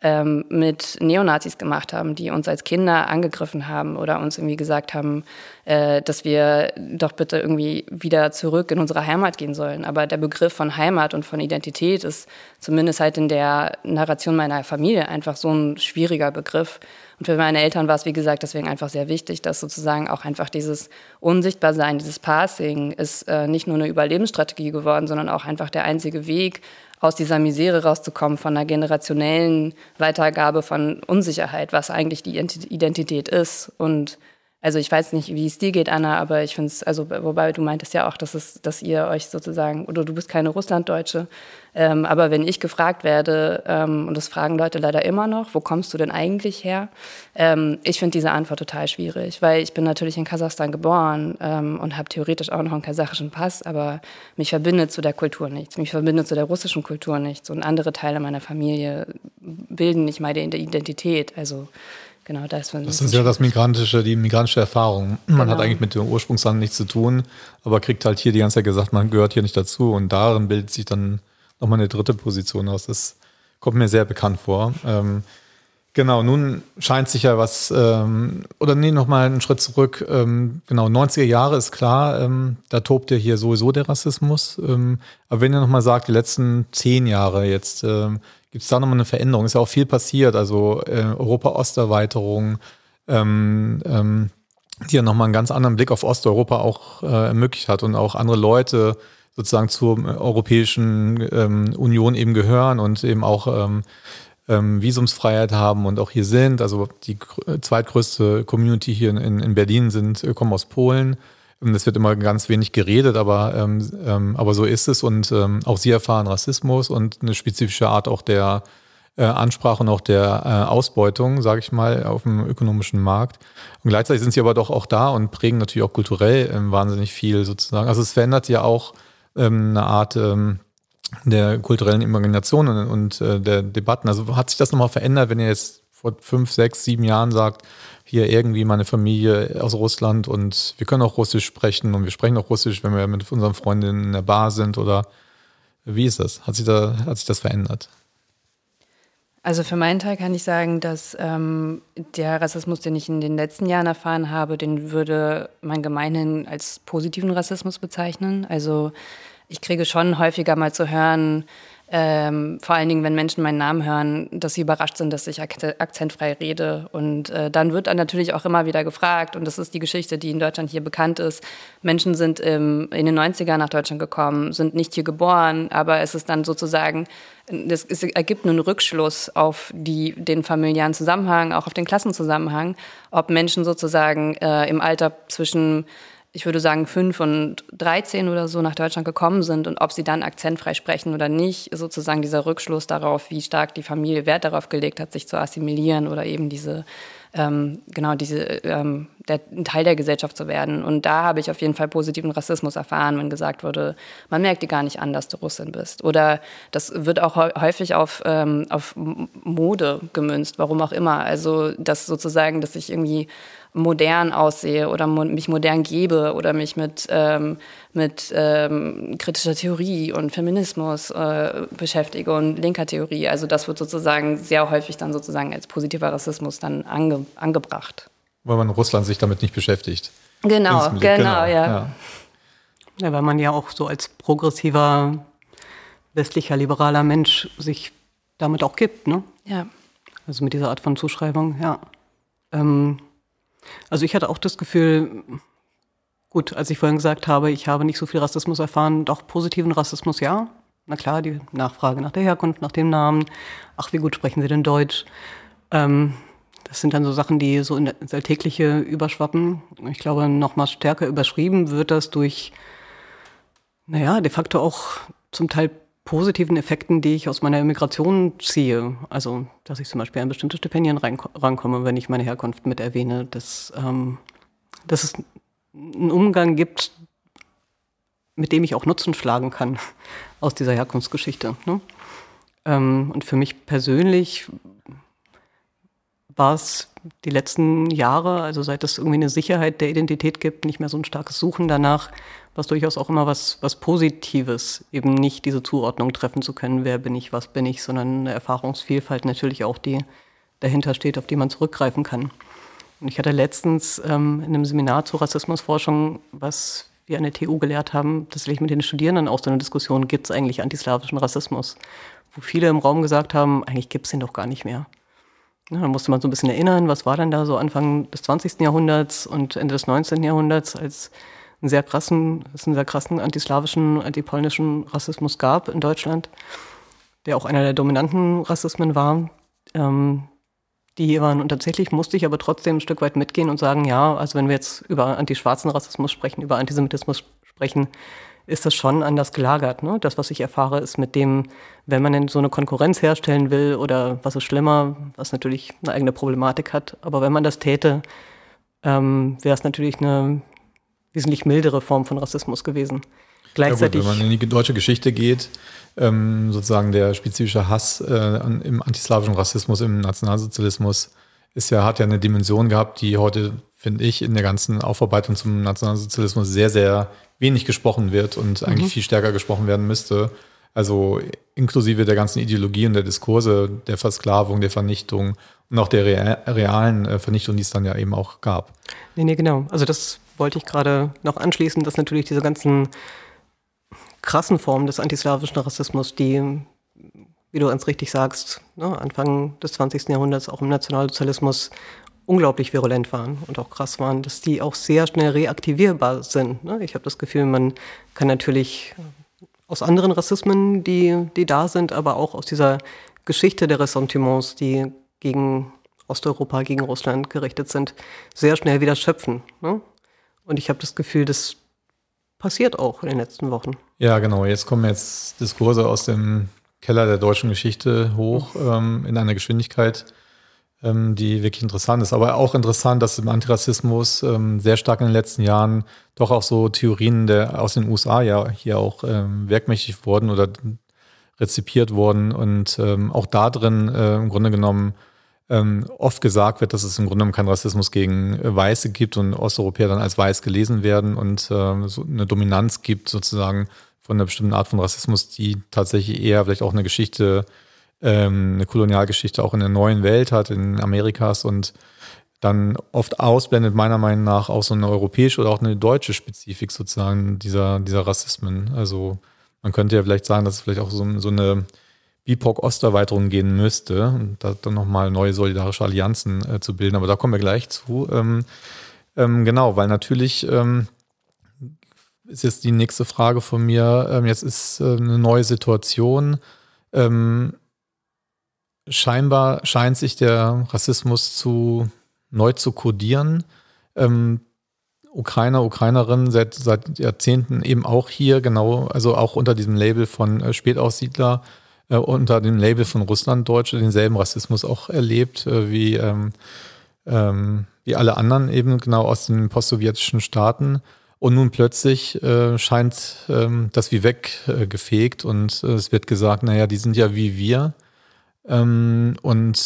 mit Neonazis gemacht haben, die uns als Kinder angegriffen haben oder uns irgendwie gesagt haben, dass wir doch bitte irgendwie wieder zurück in unsere Heimat gehen sollen. Aber der Begriff von Heimat und von Identität ist zumindest halt in der Narration meiner Familie einfach so ein schwieriger Begriff. Und für meine Eltern war es, wie gesagt, deswegen einfach sehr wichtig, dass sozusagen auch einfach dieses Unsichtbarsein, dieses Passing ist nicht nur eine Überlebensstrategie geworden, sondern auch einfach der einzige Weg, aus dieser Misere rauszukommen, von einer generationellen Weitergabe von Unsicherheit, was eigentlich die Identität ist. Und also ich weiß nicht, wie es dir geht, Anna, aber ich finde es, also wobei du meintest ja auch, dass ihr euch sozusagen, oder du bist keine Russlanddeutsche, aber wenn ich gefragt werde, und das fragen Leute leider immer noch, wo kommst du denn eigentlich her? Ich finde diese Antwort total schwierig, weil ich bin natürlich in Kasachstan geboren und habe theoretisch auch noch einen kasachischen Pass, aber mich verbindet zu der Kultur nichts, mich verbindet zu der russischen Kultur nichts und andere Teile meiner Familie bilden nicht meine Identität, also genau, das ist ja die migrantische Erfahrung. Man hat eigentlich mit dem Ursprungsland nichts zu tun, aber kriegt halt hier die ganze Zeit gesagt, man gehört hier nicht dazu und darin bildet sich dann nochmal eine dritte Position aus. Das kommt mir sehr bekannt vor. Genau, nun scheint sich ja was, nochmal einen Schritt zurück. 90er Jahre ist klar, da tobt ja hier sowieso der Rassismus. Aber wenn ihr nochmal sagt, die letzten 10 Jahre jetzt, gibt es da nochmal eine Veränderung? Ist ja auch viel passiert, also Europa-Osterweiterung, die ja nochmal einen ganz anderen Blick auf Osteuropa auch ermöglicht hat und auch andere Leute sozusagen zur Europäischen Union eben gehören und eben auch Visumsfreiheit haben und auch hier sind. Also die zweitgrößte Community hier in Berlin kommen aus Polen. Das wird immer ganz wenig geredet, aber so ist es. Und auch sie erfahren Rassismus und eine spezifische Art auch der Ansprache und auch der Ausbeutung, sage ich mal, auf dem ökonomischen Markt. Und gleichzeitig sind sie aber doch auch da und prägen natürlich auch kulturell wahnsinnig viel sozusagen. Also es verändert ja auch eine Art der kulturellen Imagination und der Debatten. Also hat sich das nochmal verändert, wenn ihr jetzt vor 5, 6, 7 Jahren sagt, hier irgendwie meine Familie aus Russland und wir können auch Russisch sprechen und wir sprechen auch Russisch, wenn wir mit unseren Freundinnen in der Bar sind, oder wie ist das? Hat sich das verändert? Also für meinen Teil kann ich sagen, dass der Rassismus, den ich in den letzten Jahren erfahren habe, den würde man gemeinhin als positiven Rassismus bezeichnen. Also ich kriege schon häufiger mal zu hören, vor allen Dingen, wenn Menschen meinen Namen hören, dass sie überrascht sind, dass ich akzentfrei rede. Und dann wird dann natürlich auch immer wieder gefragt, und das ist die Geschichte, die in Deutschland hier bekannt ist, Menschen sind in den 90ern nach Deutschland gekommen, sind nicht hier geboren, aber es ist dann sozusagen, es ergibt einen Rückschluss auf den familiären Zusammenhang, auch auf den Klassenzusammenhang, ob Menschen sozusagen im Alter zwischen, ich würde sagen, 5 und 13 oder so nach Deutschland gekommen sind und ob sie dann akzentfrei sprechen oder nicht, sozusagen dieser Rückschluss darauf, wie stark die Familie Wert darauf gelegt hat, sich zu assimilieren oder eben ein Teil der Gesellschaft zu werden. Und da habe ich auf jeden Fall positiven Rassismus erfahren, wenn gesagt wurde, man merkt dir gar nicht an, dass du Russin bist. Oder das wird auch häufig auf Mode gemünzt, warum auch immer. Also dass sozusagen, dass ich irgendwie modern aussehe oder mich modern gebe oder mich mit kritischer Theorie und Feminismus beschäftige und linker Theorie. Also das wird sozusagen sehr häufig dann sozusagen als positiver Rassismus dann angebracht. Weil man in Russland sich damit nicht beschäftigt. Genau, ja. Ja, weil man ja auch so als progressiver, westlicher, liberaler Mensch sich damit auch gibt, ne? Ja. Also mit dieser Art von Zuschreibung, ja. Also ich hatte auch das Gefühl, gut, als ich vorhin gesagt habe, ich habe nicht so viel Rassismus erfahren, doch positiven Rassismus, ja. Na klar, die Nachfrage nach der Herkunft, nach dem Namen. Ach, wie gut sprechen Sie denn Deutsch? Das sind dann so Sachen, die so ins Alltägliche überschwappen. Ich glaube, noch mal stärker überschrieben wird das durch, de facto auch zum Teil positiven Effekten, die ich aus meiner Immigration ziehe. Also, dass ich zum Beispiel an bestimmte Stipendien rankomme, wenn ich meine Herkunft mit erwähne. Dass es einen Umgang gibt, mit dem ich auch Nutzen schlagen kann aus dieser Herkunftsgeschichte. Ne? Und für mich persönlich war es die letzten Jahre, also seit es irgendwie eine Sicherheit der Identität gibt, nicht mehr so ein starkes Suchen danach, was durchaus auch immer was Positives, eben nicht diese Zuordnung treffen zu können, wer bin ich, was bin ich, sondern eine Erfahrungsvielfalt natürlich auch, die dahinter steht, auf die man zurückgreifen kann. Und ich hatte letztens in einem Seminar zur Rassismusforschung, was wir an der TU gelehrt haben, tatsächlich mit den Studierenden auch so eine Diskussion, gibt es eigentlich antislawischen Rassismus? Wo viele im Raum gesagt haben, eigentlich gibt es den doch gar nicht mehr. Ja, da musste man so ein bisschen erinnern, was war denn da so Anfang des 20. Jahrhunderts und Ende des 19. Jahrhunderts, als es einen sehr krassen antislawischen, antipolnischen Rassismus gab in Deutschland, der auch einer der dominanten Rassismen war. Die waren, und tatsächlich musste ich aber trotzdem ein Stück weit mitgehen und sagen, ja, also wenn wir jetzt über antischwarzen Rassismus sprechen, über Antisemitismus sprechen, ist das schon anders gelagert. Ne? Das, was ich erfahre, ist mit dem, wenn man denn so eine Konkurrenz herstellen will oder was ist schlimmer, was natürlich eine eigene Problematik hat, aber wenn man das täte, wäre es natürlich eine wesentlich mildere Form von Rassismus gewesen. Gleichzeitig, ja gut, wenn man in die deutsche Geschichte geht, sozusagen der spezifische Hass im antislawischen Rassismus, im Nationalsozialismus hat ja eine Dimension gehabt, die heute, finde ich, in der ganzen Aufarbeitung zum Nationalsozialismus sehr, sehr wenig gesprochen wird und eigentlich viel stärker gesprochen werden müsste. Also inklusive der ganzen Ideologie und der Diskurse, der Versklavung, der Vernichtung und auch der realen Vernichtung, die es dann ja eben auch gab. Nee, genau. Also das wollte ich gerade noch anschließen, dass natürlich diese ganzen krassen Formen des antislawischen Rassismus, die, wie du ganz richtig sagst, Anfang des 20. Jahrhunderts auch im Nationalsozialismus unglaublich virulent waren und auch krass waren, dass die auch sehr schnell reaktivierbar sind. Ich habe das Gefühl, man kann natürlich aus anderen Rassismen, die da sind, aber auch aus dieser Geschichte der Ressentiments, die gegen Osteuropa, gegen Russland gerichtet sind, sehr schnell wieder schöpfen. Und ich habe das Gefühl, das passiert auch in den letzten Wochen. Ja, genau. Jetzt kommen Diskurse aus dem Keller der deutschen Geschichte hoch in einer Geschwindigkeit, die wirklich interessant ist. Aber auch interessant, dass im Antirassismus sehr stark in den letzten Jahren doch auch so Theorien aus den USA ja hier auch werkmächtig wurden oder rezipiert wurden und auch da drin im Grunde genommen oft gesagt wird, dass es im Grunde genommen keinen Rassismus gegen Weiße gibt und Osteuropäer dann als weiß gelesen werden und so eine Dominanz gibt sozusagen von einer bestimmten Art von Rassismus, die tatsächlich eher vielleicht auch eine Geschichte, eine Kolonialgeschichte auch in der neuen Welt hat, in Amerikas und dann oft ausblendet, meiner Meinung nach, auch so eine europäische oder auch eine deutsche Spezifik sozusagen dieser Rassismen. Also man könnte ja vielleicht sagen, dass es vielleicht auch so eine BIPOC-Osterweiterung gehen müsste und da dann nochmal neue solidarische Allianzen zu bilden. Aber da kommen wir gleich zu. Genau, weil natürlich ist jetzt die nächste Frage von mir. Jetzt ist eine neue Situation. Scheinbar scheint sich der Rassismus neu zu kodieren. Ukrainer, Ukrainerinnen seit Jahrzehnten eben auch hier, genau, also auch unter diesem Label von Spätaussiedler, unter dem Label von Russlanddeutsche denselben Rassismus auch erlebt, wie alle anderen eben genau aus den postsowjetischen Staaten. Und nun plötzlich scheint das wie weggefegt und es wird gesagt, naja, die sind ja wie wir. Und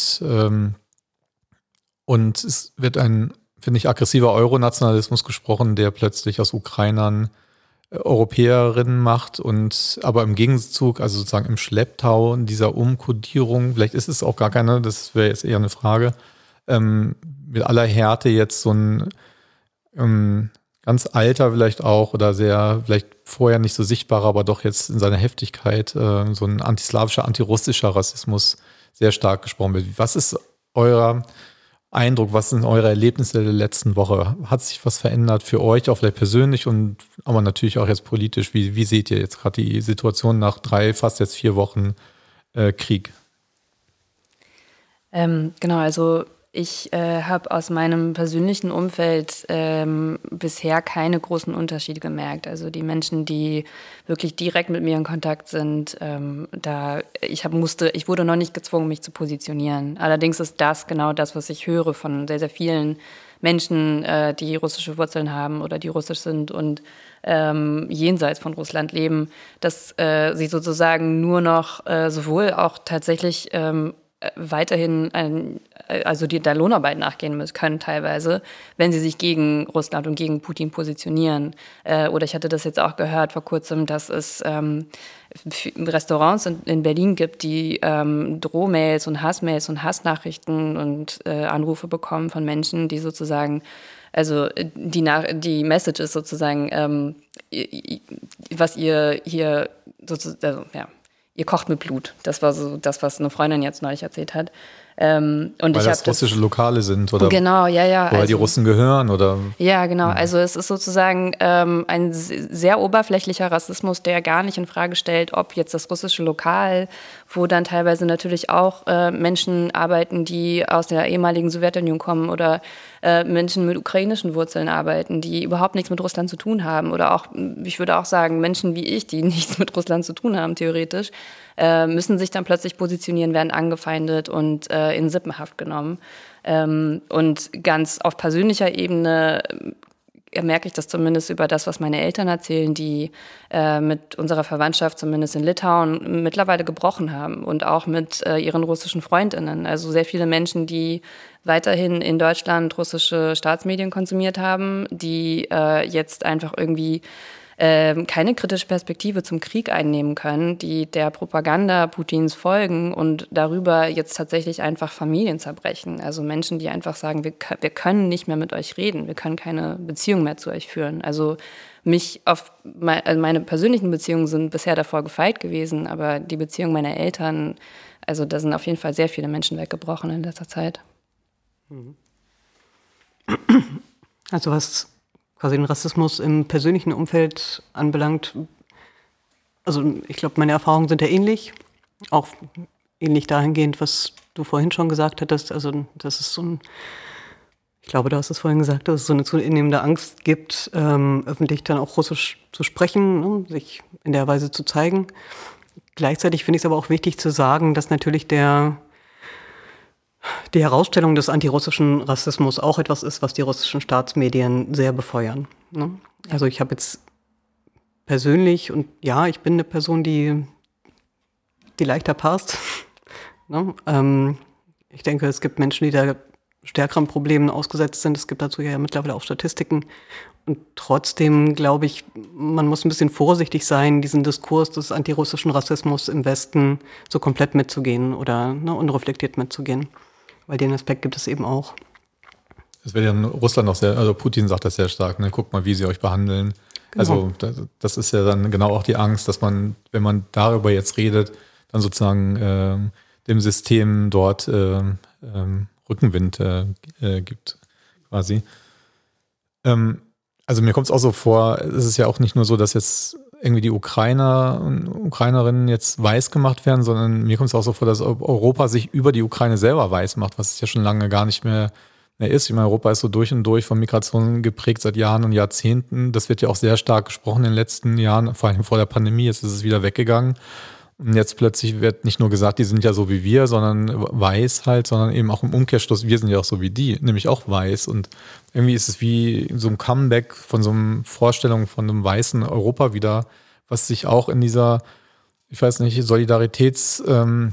es wird ein, finde ich, aggressiver Euronationalismus gesprochen, der plötzlich aus Ukrainern Europäerinnen macht und aber im Gegenzug, also sozusagen im Schlepptau dieser Umkodierung, vielleicht ist es auch gar keine, das wäre jetzt eher eine Frage, mit aller Härte jetzt so ein ganz alter vielleicht auch oder sehr, vielleicht vorher nicht so sichtbarer, aber doch jetzt in seiner Heftigkeit so ein antislawischer, antirussischer Rassismus sehr stark gesprochen wird. Was ist euer Eindruck, was sind eure Erlebnisse der letzten Woche? Hat sich was verändert für euch, auch vielleicht persönlich und aber natürlich auch jetzt politisch? Wie seht ihr jetzt gerade die Situation nach 3, fast jetzt 4 Wochen Krieg? Genau, also ich habe aus meinem persönlichen Wurde bisher keine großen Unterschiede gemerkt. Also die Menschen, die wirklich direkt mit mir in Kontakt sind, ich wurde noch nicht gezwungen, mich zu positionieren. Allerdings ist das genau das, was ich höre von sehr, sehr vielen Menschen, die russische Wurzeln haben oder die russisch sind und jenseits von Russland leben, dass sie sozusagen nur noch sowohl auch tatsächlich weiterhin der Lohnarbeit nachgehen können teilweise, wenn sie sich gegen Russland und gegen Putin positionieren. Oder ich hatte das jetzt auch gehört vor kurzem, dass es Restaurants in Berlin gibt, die Drohmails und Hassmails und Hassnachrichten und Anrufe bekommen von Menschen, die sozusagen, also die Message ist sozusagen, was ihr hier sozusagen, also, ja, ihr kocht mit Blut. Das war so das, was eine Freundin jetzt neulich erzählt hat. Und weil das russische Lokale sind, oder? Genau, ja. Oder also, die Russen gehören, oder? Ja, genau. Also es ist sozusagen ein sehr oberflächlicher Rassismus, der gar nicht in Frage stellt, ob jetzt das russische Lokal, wo dann teilweise natürlich auch Menschen arbeiten, die aus der ehemaligen Sowjetunion kommen oder Menschen mit ukrainischen Wurzeln arbeiten, die überhaupt nichts mit Russland zu tun haben. Oder auch, ich würde auch sagen, Menschen wie ich, die nichts mit Russland zu tun haben, theoretisch, müssen sich dann plötzlich positionieren, werden angefeindet und in Sippenhaft genommen. Und ganz auf persönlicher Ebene merke ich das zumindest über das, was meine Eltern erzählen, die mit unserer Verwandtschaft zumindest in Litauen mittlerweile gebrochen haben und auch mit ihren russischen FreundInnen. Also sehr viele Menschen, die weiterhin in Deutschland russische Staatsmedien konsumiert haben, die jetzt einfach irgendwie keine kritische Perspektive zum Krieg einnehmen können, die der Propaganda Putins folgen und darüber jetzt tatsächlich einfach Familien zerbrechen. Also Menschen, die einfach sagen, wir können nicht mehr mit euch reden, wir können keine Beziehung mehr zu euch führen. Also meine persönlichen Beziehungen sind bisher davor gefeit gewesen, aber die Beziehung meiner Eltern, also da sind auf jeden Fall sehr viele Menschen weggebrochen in letzter Zeit. Also was quasi den Rassismus im persönlichen Umfeld anbelangt, also ich glaube, meine Erfahrungen sind ja ähnlich, auch ähnlich dahingehend, was du vorhin schon gesagt hattest, also das ist so ein, ich glaube, du hast es vorhin gesagt, dass es so eine zunehmende Angst gibt, öffentlich dann auch Russisch zu sprechen, sich in der Weise zu zeigen. Gleichzeitig finde ich es aber auch wichtig zu sagen, dass natürlich die Herausstellung des antirussischen Rassismus auch etwas ist, was die russischen Staatsmedien sehr befeuern. Ne? Also ich habe jetzt persönlich, und ja, ich bin eine Person, die leichter passt. Ne? Ich denke, es gibt Menschen, die da stärkeren Problemen ausgesetzt sind. Es gibt dazu ja mittlerweile auch Statistiken. Und trotzdem glaube ich, man muss ein bisschen vorsichtig sein, diesen Diskurs des antirussischen Rassismus im Westen so komplett mitzugehen oder unreflektiert mitzugehen. Weil den Aspekt gibt es eben auch. Das wird ja in Russland auch sehr, also Putin sagt das sehr stark, ne? Guckt mal, wie sie euch behandeln. Genau. Also das ist ja dann genau auch die Angst, dass man, wenn man darüber jetzt redet, dann sozusagen dem System dort Rückenwind gibt, quasi. Also mir kommt es auch so vor, es ist ja auch nicht nur so, dass jetzt irgendwie die Ukrainer und Ukrainerinnen jetzt weiß gemacht werden, sondern mir kommt es auch so vor, dass Europa sich über die Ukraine selber weiß macht, was es ja schon lange gar nicht mehr ist. Ich meine, Europa ist so durch und durch von Migration geprägt seit Jahren und Jahrzehnten. Das wird ja auch sehr stark gesprochen in den letzten Jahren, vor allem vor der Pandemie. Jetzt ist es wieder weggegangen. Und jetzt plötzlich wird nicht nur gesagt, die sind ja so wie wir, sondern weiß halt, sondern eben auch im Umkehrschluss, wir sind ja auch so wie die, nämlich auch weiß. Und irgendwie ist es wie so ein Comeback von so einer Vorstellung von einem weißen Europa wieder, was sich auch in dieser, ich weiß nicht, Solidaritäts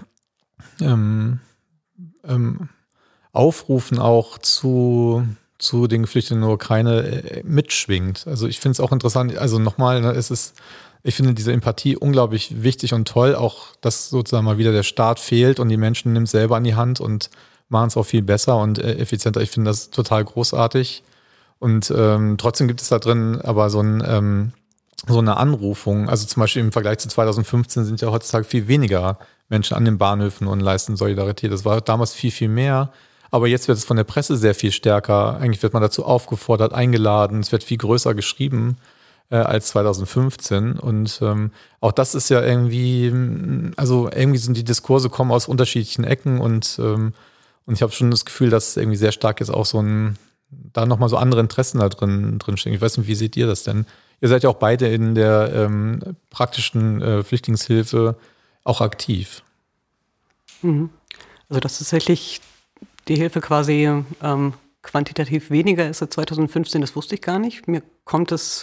Aufrufen auch zu den Geflüchteten in der Ukraine mitschwingt. Also ich finde es auch interessant, also nochmal, ne, ich finde diese Empathie unglaublich wichtig und toll, auch dass sozusagen mal wieder der Staat fehlt und die Menschen nimmt es selber an die Hand und machen es auch viel besser und effizienter. Ich finde das total großartig. Und trotzdem gibt es da drin aber so eine Anrufung. Also zum Beispiel im Vergleich zu 2015 sind ja heutzutage viel weniger Menschen an den Bahnhöfen und leisten Solidarität. Das war damals viel, viel mehr. Aber jetzt wird es von der Presse sehr viel stärker. Eigentlich wird man dazu aufgefordert, eingeladen. Es wird viel größer geschrieben als 2015. Und auch das ist ja irgendwie, also irgendwie sind die Diskurse kommen aus unterschiedlichen Ecken und ich habe schon das Gefühl, dass irgendwie sehr stark jetzt auch da nochmal so andere Interessen da drin stehen. Ich weiß nicht, wie seht ihr das denn? Ihr seid ja auch beide in der praktischen Flüchtlingshilfe auch aktiv. Also dass tatsächlich die Hilfe quasi quantitativ weniger ist als 2015, das wusste ich gar nicht. Mir kommt es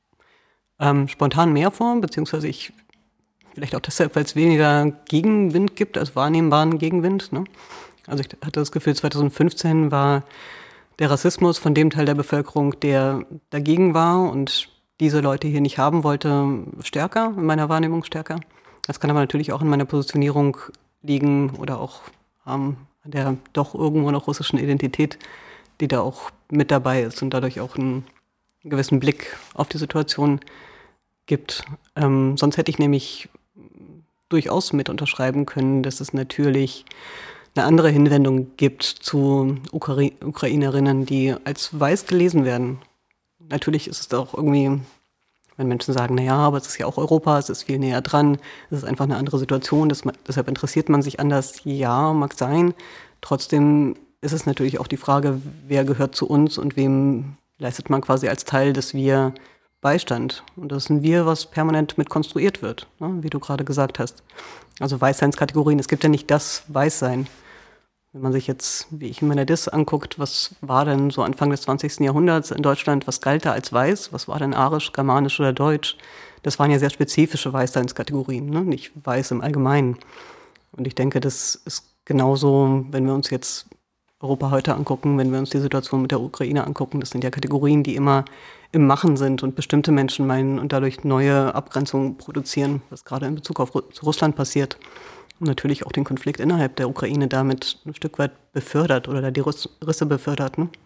spontan mehr vor, beziehungsweise vielleicht auch deshalb, weil es weniger Gegenwind gibt, als wahrnehmbaren Gegenwind. Ne? Also ich hatte das Gefühl, 2015 war der Rassismus von dem Teil der Bevölkerung, der dagegen war und diese Leute hier nicht haben wollte, stärker, in meiner Wahrnehmung stärker. Das kann aber natürlich auch in meiner Positionierung liegen oder auch an der doch irgendwo noch russischen Identität, die da auch mit dabei ist und dadurch auch einen gewissen Blick auf die Situation gibt. Sonst hätte ich nämlich durchaus mit unterschreiben können, dass es natürlich eine andere Hinwendung gibt zu Ukrainerinnen, die als weiß gelesen werden. Natürlich ist es da auch irgendwie, wenn Menschen sagen, naja, aber es ist ja auch Europa, es ist viel näher dran, es ist einfach eine andere Situation, deshalb interessiert man sich anders. Ja, mag sein. Trotzdem ist es natürlich auch die Frage, wer gehört zu uns und wem leistet man quasi als Teil des Wir Beistand. Und das ist ein Wir, was permanent mit konstruiert wird, ne, wie du gerade gesagt hast. Also Weißseinskategorien, es gibt ja nicht das Weißsein. Wenn man sich jetzt, wie ich in meiner Diss anguckt, was war denn so Anfang des 20. Jahrhunderts in Deutschland, was galt da als weiß, was war denn arisch, germanisch oder deutsch, das waren ja sehr spezifische Weißseinskategorien, ne? Nicht weiß im Allgemeinen. Und ich denke, das ist genauso, wenn wir uns jetzt Europa heute angucken, wenn wir uns die Situation mit der Ukraine angucken, das sind ja Kategorien, die immer im Machen sind und bestimmte Menschen meinen und dadurch neue Abgrenzungen produzieren, was gerade in Bezug auf Russland passiert. Und natürlich auch den Konflikt innerhalb der Ukraine damit ein Stück weit befördert oder da die Risse befördert. Ne?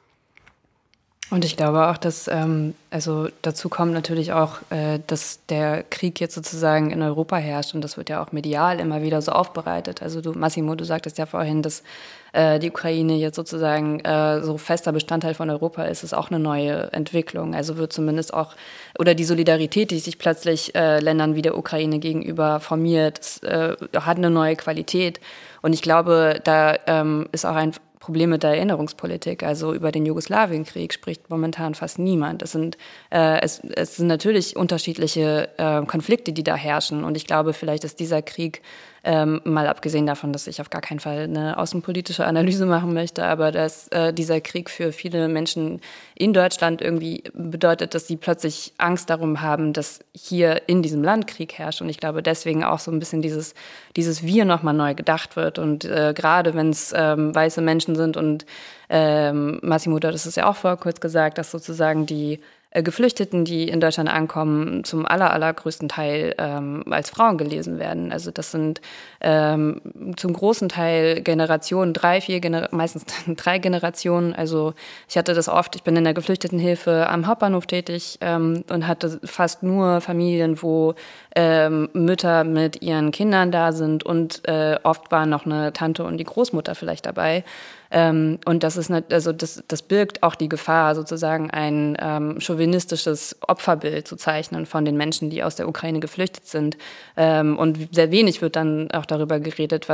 Und ich glaube auch, dass also dazu kommt natürlich auch, dass der Krieg jetzt sozusagen in Europa herrscht und das wird ja auch medial immer wieder so aufbereitet. Also Massimo, du sagtest ja vorhin, dass die Ukraine jetzt sozusagen so fester Bestandteil von Europa ist, ist auch eine neue Entwicklung. Also wird zumindest auch, oder die Solidarität, die sich plötzlich Ländern wie der Ukraine gegenüber formiert, hat eine neue Qualität. Und ich glaube, da ist auch Problem mit der Erinnerungspolitik. Also über den Jugoslawienkrieg spricht momentan fast niemand. Es sind natürlich unterschiedliche Konflikte, die da herrschen. Und ich glaube, vielleicht ist dieser Krieg, mal abgesehen davon, dass ich auf gar keinen Fall eine außenpolitische Analyse machen möchte, aber dass dieser Krieg für viele Menschen in Deutschland irgendwie bedeutet, dass sie plötzlich Angst darum haben, dass hier in diesem Land Krieg herrscht. Und ich glaube, deswegen auch so ein bisschen dieses Wir nochmal neu gedacht wird. Und gerade wenn es weiße Menschen sind und Massimo, du hattest es ja auch vorher kurz gesagt, dass sozusagen die Geflüchteten, die in Deutschland ankommen, zum allergrößten Teil als Frauen gelesen werden. Also das sind zum großen Teil Generationen, meistens 3 Generationen. Also ich hatte das oft, ich bin in der Geflüchtetenhilfe am Hauptbahnhof tätig und hatte fast nur Familien, wo Mütter mit ihren Kindern da sind und oft war noch eine Tante und die Großmutter vielleicht dabei. Und das ist das birgt auch die Gefahr, sozusagen ein chauvinistisches Opferbild zu zeichnen von den Menschen, die aus der Ukraine geflüchtet sind. Und sehr wenig wird dann auch darüber geredet,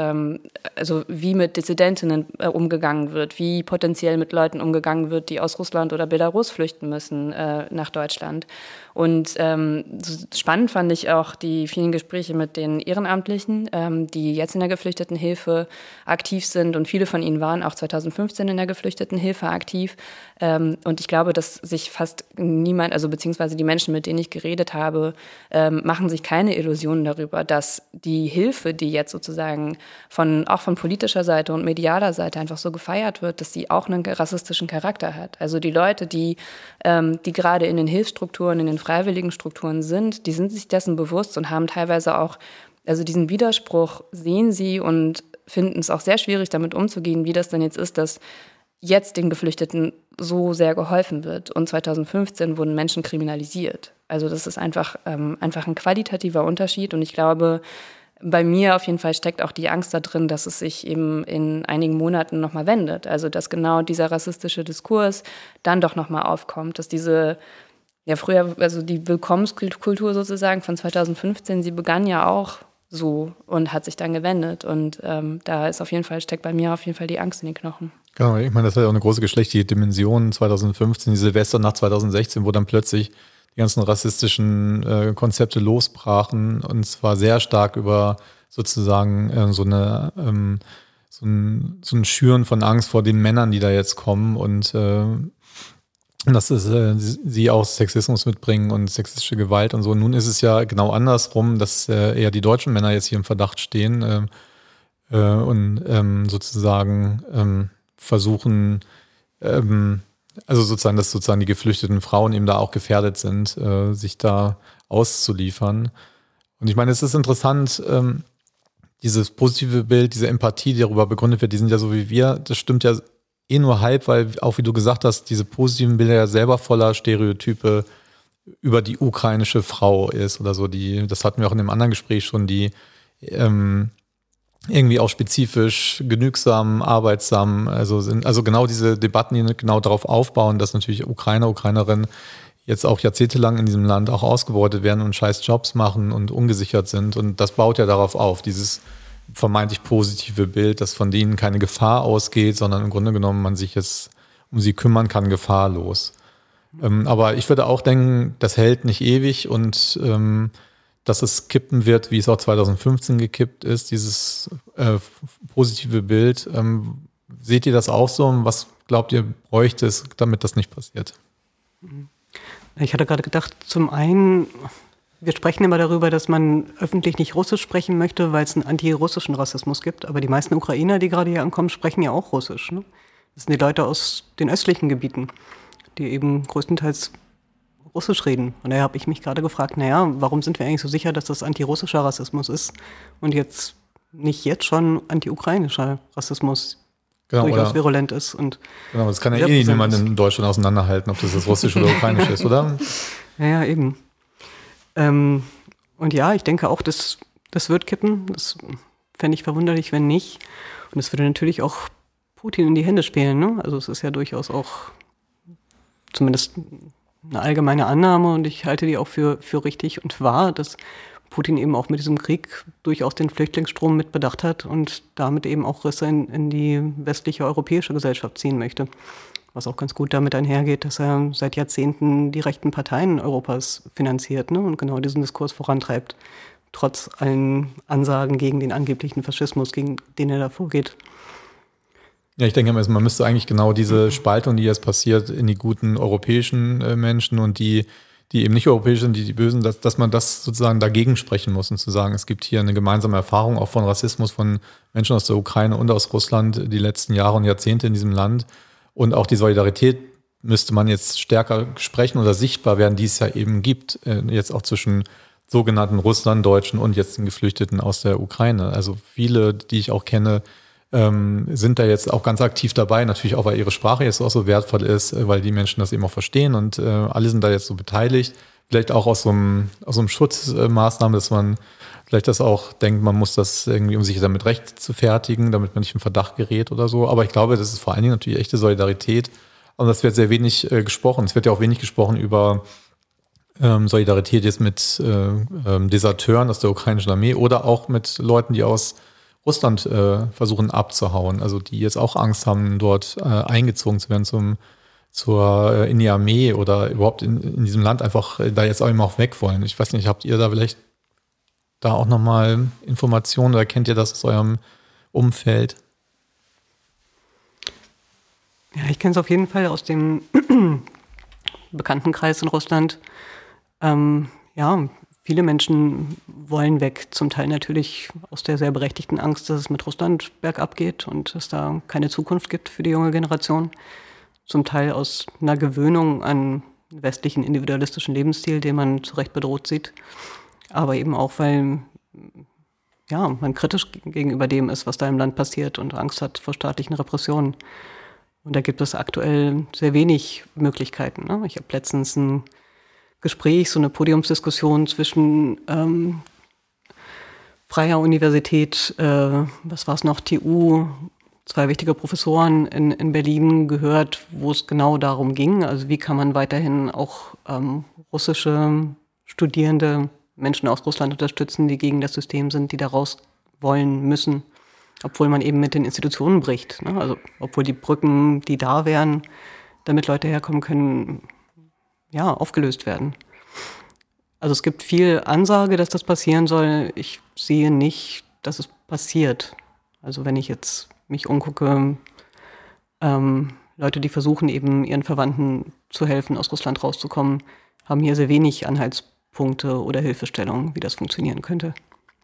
wie mit Dissidentinnen umgegangen wird, wie potenziell mit Leuten umgegangen wird, die aus Russland oder Belarus flüchten müssen nach Deutschland. Und spannend fand ich auch die vielen Gespräche mit den Ehrenamtlichen, die jetzt in der Geflüchtetenhilfe aktiv sind. Und viele von ihnen waren auch 2015 in der Geflüchtetenhilfe aktiv. Und ich glaube, dass sich fast niemand, also beziehungsweise die Menschen, mit denen ich geredet habe, machen sich keine Illusionen darüber, dass die Hilfe, die jetzt sozusagen auch von politischer Seite und medialer Seite einfach so gefeiert wird, dass sie auch einen rassistischen Charakter hat. Also die Leute, die gerade in den Hilfsstrukturen, in den freiwilligen Strukturen sind, die sind sich dessen bewusst und haben teilweise auch, also diesen Widerspruch sehen sie und finden es auch sehr schwierig, damit umzugehen, wie das denn jetzt ist, dass jetzt den Geflüchteten so sehr geholfen wird. Und 2015 wurden Menschen kriminalisiert. Also das ist einfach ein qualitativer Unterschied. Und ich glaube, bei mir auf jeden Fall steckt auch die Angst da drin, dass es sich eben in einigen Monaten nochmal wendet. Also dass genau dieser rassistische Diskurs dann doch nochmal aufkommt, dass früher, also die Willkommenskultur sozusagen von 2015, sie begann ja auch so und hat sich dann gewendet. Und da steckt bei mir auf jeden Fall die Angst in den Knochen. Genau, ich meine, das hat ja auch eine große geschlechtliche Dimension. 2015, die Silvesternacht 2016, wo dann plötzlich die ganzen rassistischen Konzepte losbrachen und zwar sehr stark über sozusagen so ein Schüren von Angst vor den Männern, die da jetzt kommen und dass sie auch Sexismus mitbringen und sexistische Gewalt und so. Nun ist es ja genau andersrum, dass eher die deutschen Männer jetzt hier im Verdacht stehen und sozusagen versuchen, also sozusagen, dass sozusagen die geflüchteten Frauen eben da auch gefährdet sind, sich da auszuliefern. Und ich meine, es ist interessant, dieses positive Bild, diese Empathie, die darüber begründet wird, die sind ja so wie wir, das stimmt ja nur halb, weil auch wie du gesagt hast, diese positiven Bilder ja selber voller Stereotype über die ukrainische Frau ist oder so, das hatten wir auch in dem anderen Gespräch schon, die irgendwie auch spezifisch genügsam, arbeitsam, also genau diese Debatten, die genau darauf aufbauen, dass natürlich Ukrainerinnen jetzt auch jahrzehntelang in diesem Land auch ausgebeutet werden und scheiß Jobs machen und ungesichert sind. Und das baut ja darauf auf, dieses vermeintlich positive Bild, dass von denen keine Gefahr ausgeht, sondern im Grunde genommen man sich jetzt um sie kümmern kann, gefahrlos. Aber ich würde auch denken, das hält nicht ewig und dass es kippen wird, wie es auch 2015 gekippt ist, dieses positive Bild. Seht ihr das auch so? Und was glaubt ihr, bräuchte es, damit das nicht passiert? Ich hatte gerade gedacht, zum einen, wir sprechen immer darüber, dass man öffentlich nicht Russisch sprechen möchte, weil es einen antirussischen Rassismus gibt. Aber die meisten Ukrainer, die gerade hier ankommen, sprechen ja auch Russisch. Ne? Das sind die Leute aus den östlichen Gebieten, die eben größtenteils Russisch reden. Und daher habe ich mich gerade gefragt, warum sind wir eigentlich so sicher, dass das antirussischer Rassismus ist und jetzt nicht jetzt schon anti-ukrainischer Rassismus durchaus virulent ist. Und genau, das kann ja niemand in Deutschland auseinanderhalten, ob das jetzt russisch oder ukrainisch ist, oder? Ja, eben. Und ja, ich denke auch, das wird kippen. Das fände ich verwunderlich, wenn nicht. Und es würde natürlich auch Putin in die Hände spielen. Ne? Also es ist ja durchaus auch zumindest eine allgemeine Annahme und ich halte die auch für richtig und wahr, dass Putin eben auch mit diesem Krieg durchaus den Flüchtlingsstrom mitbedacht hat und damit eben auch Risse in die westliche europäische Gesellschaft ziehen möchte. Was auch ganz gut damit einhergeht, dass er seit Jahrzehnten die rechten Parteien Europas finanziert, ne, und genau diesen Diskurs vorantreibt, trotz allen Ansagen gegen den angeblichen Faschismus, gegen den er da vorgeht. Ja, ich denke, man müsste eigentlich genau diese Spaltung, die jetzt passiert, in die guten europäischen Menschen und die eben nicht europäisch sind, die Bösen, dass man das sozusagen dagegen sprechen muss und zu sagen, es gibt hier eine gemeinsame Erfahrung auch von Rassismus von Menschen aus der Ukraine und aus Russland die letzten Jahre und Jahrzehnte in diesem Land. Und auch die Solidarität müsste man jetzt stärker sprechen oder sichtbar werden, die es ja eben gibt, jetzt auch zwischen sogenannten Russlanddeutschen und jetzt den Geflüchteten aus der Ukraine. Also viele, die ich auch kenne, sind da jetzt auch ganz aktiv dabei, natürlich auch, weil ihre Sprache jetzt auch so wertvoll ist, weil die Menschen das eben auch verstehen und alle sind da jetzt so beteiligt. Vielleicht auch aus so einem Schutzmaßnahme, dass man vielleicht das auch denkt, man muss das irgendwie, um sich damit recht zu fertigen, damit man nicht im Verdacht gerät oder so. Aber ich glaube, das ist vor allen Dingen natürlich echte Solidarität. Und das wird sehr wenig gesprochen. Es wird ja auch wenig gesprochen über Solidarität jetzt mit Deserteuren aus der ukrainischen Armee oder auch mit Leuten, die aus Russland versuchen abzuhauen, also die jetzt auch Angst haben, dort eingezogen zu werden in die Armee oder überhaupt in diesem Land einfach da jetzt auch immer auch weg wollen. Ich weiß nicht, habt ihr da vielleicht da auch nochmal Informationen oder kennt ihr das aus eurem Umfeld? Ja, ich kenne es auf jeden Fall aus dem Bekanntenkreis in Russland. Ja, viele Menschen wollen weg, zum Teil natürlich aus der sehr berechtigten Angst, dass es mit Russland bergab geht und es da keine Zukunft gibt für die junge Generation. Zum Teil aus einer Gewöhnung an westlichen individualistischen Lebensstil, den man zu Recht bedroht sieht. Aber eben auch, weil ja, man kritisch gegenüber dem ist, was da im Land passiert und Angst hat vor staatlichen Repressionen. Und da gibt es aktuell sehr wenig Möglichkeiten. Ne? Ich habe letztens ein Gespräch, so eine Podiumsdiskussion zwischen Freier Universität, was war es noch, TU, 2 wichtige Professoren in Berlin gehört, wo es genau darum ging, also wie kann man weiterhin auch russische Studierende, Menschen aus Russland unterstützen, die gegen das System sind, die da raus wollen müssen, obwohl man eben mit den Institutionen bricht. Ne? Also obwohl die Brücken, die da wären, damit Leute herkommen können, ja, aufgelöst werden. Also es gibt viel Ansage, dass das passieren soll. Ich sehe nicht, dass es passiert. Also wenn ich jetzt mich umgucke, Leute, die versuchen eben ihren Verwandten zu helfen, aus Russland rauszukommen, haben hier sehr wenig Anhaltspunkte oder Hilfestellungen, wie das funktionieren könnte.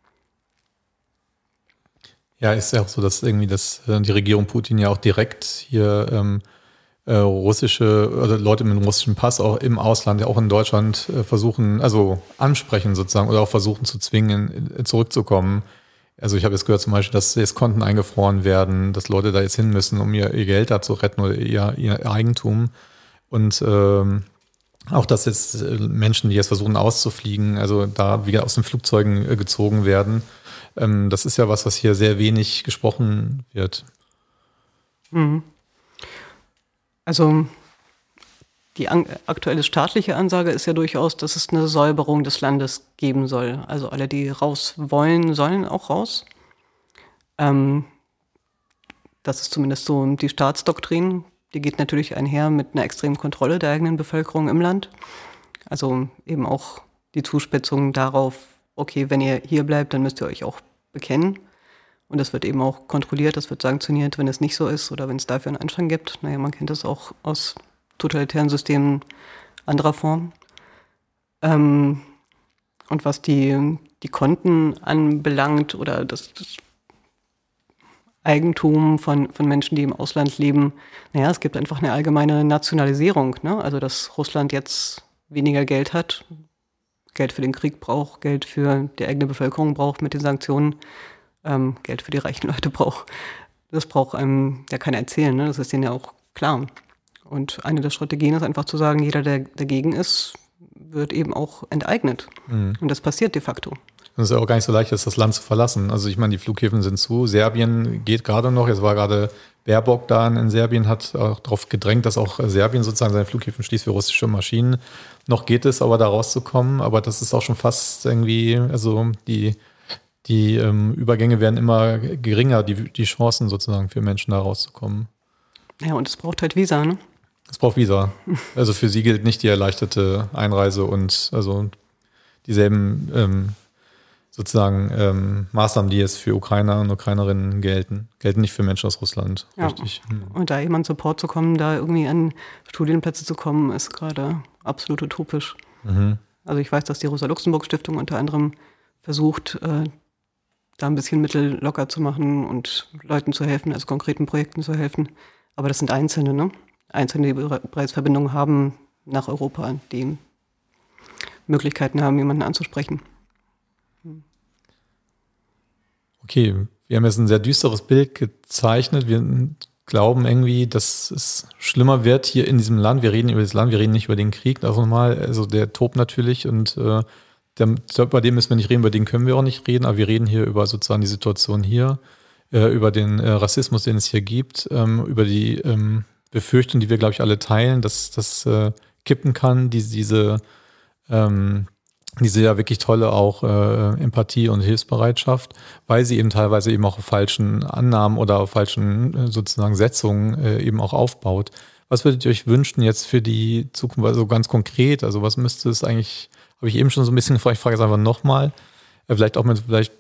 Ja, ist ja auch so, dass irgendwie die Regierung Putin ja auch direkt hier russische oder Leute mit einem russischen Pass auch im Ausland, ja auch in Deutschland versuchen, also ansprechen sozusagen oder auch versuchen zu zwingen, zurückzukommen. Also ich habe jetzt gehört zum Beispiel, dass jetzt Konten eingefroren werden, dass Leute da jetzt hin müssen, um ihr Geld da zu retten oder ihr Eigentum. Und auch, dass jetzt Menschen, die jetzt versuchen auszufliegen, also da wieder aus den Flugzeugen gezogen werden. Das ist ja was hier sehr wenig gesprochen wird. Mhm. Also die aktuelle staatliche Ansage ist ja durchaus, dass es eine Säuberung des Landes geben soll. Also alle, die raus wollen, sollen auch raus. Das ist zumindest so die Staatsdoktrin. Die geht natürlich einher mit einer extremen Kontrolle der eigenen Bevölkerung im Land. Also eben auch die Zuspitzung darauf, okay, wenn ihr hier bleibt, dann müsst ihr euch auch bekennen. Und das wird eben auch kontrolliert, das wird sanktioniert, wenn es nicht so ist oder wenn es dafür einen Anstrang gibt. Naja, man kennt das auch aus totalitären Systemen anderer Form. Und was die Konten anbelangt oder das Eigentum von Menschen, die im Ausland leben, naja, es gibt einfach eine allgemeine Nationalisierung. Ne? Also dass Russland jetzt weniger Geld hat, Geld für den Krieg braucht, Geld für die eigene Bevölkerung braucht mit den Sanktionen, Geld für die reichen Leute braucht. Das braucht einem ja keiner erzählen, ne? Das ist denen ja auch klar. Und eine der Strategien ist einfach zu sagen, jeder, der dagegen ist, wird eben auch enteignet. Mhm. Und das passiert de facto. Und es ist auch gar nicht so leicht, das Land zu verlassen. Also ich meine, die Flughäfen sind zu. Serbien geht gerade noch. Jetzt war gerade Baerbock da in Serbien, hat auch darauf gedrängt, dass auch Serbien sozusagen seine Flughäfen schließt für russische Maschinen. Noch geht es aber, da rauszukommen. Aber das ist auch schon fast irgendwie, also die Übergänge werden immer geringer, die Chancen sozusagen für Menschen da rauszukommen. Ja, und es braucht halt Visa, ne? Es braucht Visa. Also für sie gilt nicht die erleichterte Einreise und also dieselben sozusagen Maßnahmen, die jetzt für Ukrainer und Ukrainerinnen gelten nicht für Menschen aus Russland. Ja. Richtig. Und da jemand Support zu kommen, da irgendwie an Studienplätze zu kommen, ist gerade absolut utopisch. Mhm. Also ich weiß, dass die Rosa-Luxemburg-Stiftung unter anderem versucht, da ein bisschen Mittel locker zu machen und Leuten zu helfen, also konkreten Projekten zu helfen. Aber das sind Einzelne, ne? Einzelne, die bereits Verbindungen haben nach Europa, die Möglichkeiten haben, jemanden anzusprechen. Okay, wir haben jetzt ein sehr düsteres Bild gezeichnet. Wir glauben irgendwie, dass es schlimmer wird hier in diesem Land. Wir reden über das Land, wir reden nicht über den Krieg. Also nochmal, also der tobt natürlich und über den müssen wir nicht reden, über den können wir auch nicht reden, aber wir reden hier über sozusagen die Situation hier, über den Rassismus, den es hier gibt, über die Befürchtung, die wir, glaube ich, alle teilen, dass das kippen kann, diese ja wirklich tolle auch Empathie und Hilfsbereitschaft, weil sie eben teilweise eben auch auf falschen Annahmen oder auf falschen sozusagen Setzungen eben auch aufbaut. Was würdet ihr euch wünschen jetzt für die Zukunft, also ganz konkret, also was müsste es eigentlich, habe ich eben schon so ein bisschen gefragt, ich frage es einfach nochmal, vielleicht auch vielleicht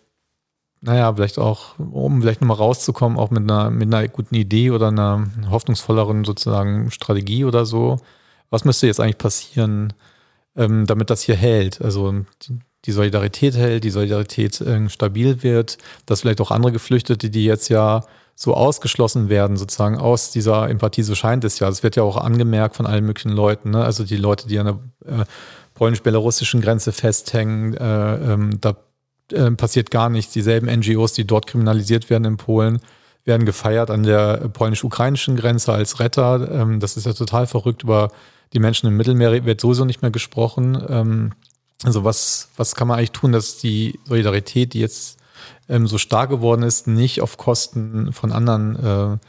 auch, um vielleicht nochmal rauszukommen, auch mit einer guten Idee oder einer hoffnungsvolleren sozusagen Strategie oder so. Was müsste jetzt eigentlich passieren, damit das hier hält? Also die Solidarität hält, die Solidarität stabil wird, dass vielleicht auch andere Geflüchtete, die jetzt ja so ausgeschlossen werden, sozusagen aus dieser Empathie, so scheint es ja. Es wird ja auch angemerkt von allen möglichen Leuten, ne? Also die Leute, die an der polnisch-belarussischen Grenze festhängen, da passiert gar nichts. Dieselben NGOs, die dort kriminalisiert werden in Polen, werden gefeiert an der polnisch-ukrainischen Grenze als Retter. Das ist ja total verrückt. Über die Menschen im Mittelmeer wird sowieso nicht mehr gesprochen. Also was kann man eigentlich tun, dass die Solidarität, die jetzt so stark geworden ist, nicht auf Kosten von anderen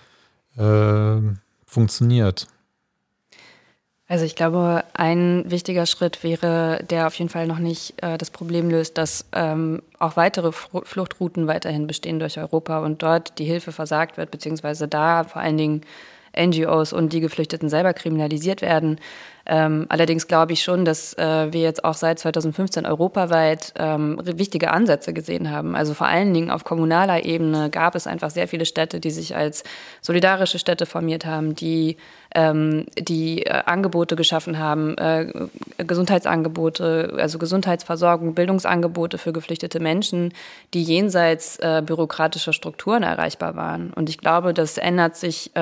funktioniert? Also ich glaube, ein wichtiger Schritt wäre, der auf jeden Fall noch nicht das Problem löst, dass auch weitere Fluchtrouten weiterhin bestehen durch Europa und dort die Hilfe versagt wird, beziehungsweise da vor allen Dingen NGOs und die Geflüchteten selber kriminalisiert werden. Allerdings glaube ich schon, dass wir jetzt auch seit 2015 europaweit wichtige Ansätze gesehen haben. Also vor allen Dingen auf kommunaler Ebene gab es einfach sehr viele Städte, die sich als solidarische Städte formiert haben, die Angebote geschaffen haben, Gesundheitsangebote, also Gesundheitsversorgung, Bildungsangebote für geflüchtete Menschen, die jenseits bürokratischer Strukturen erreichbar waren. Und ich glaube, es ändert sich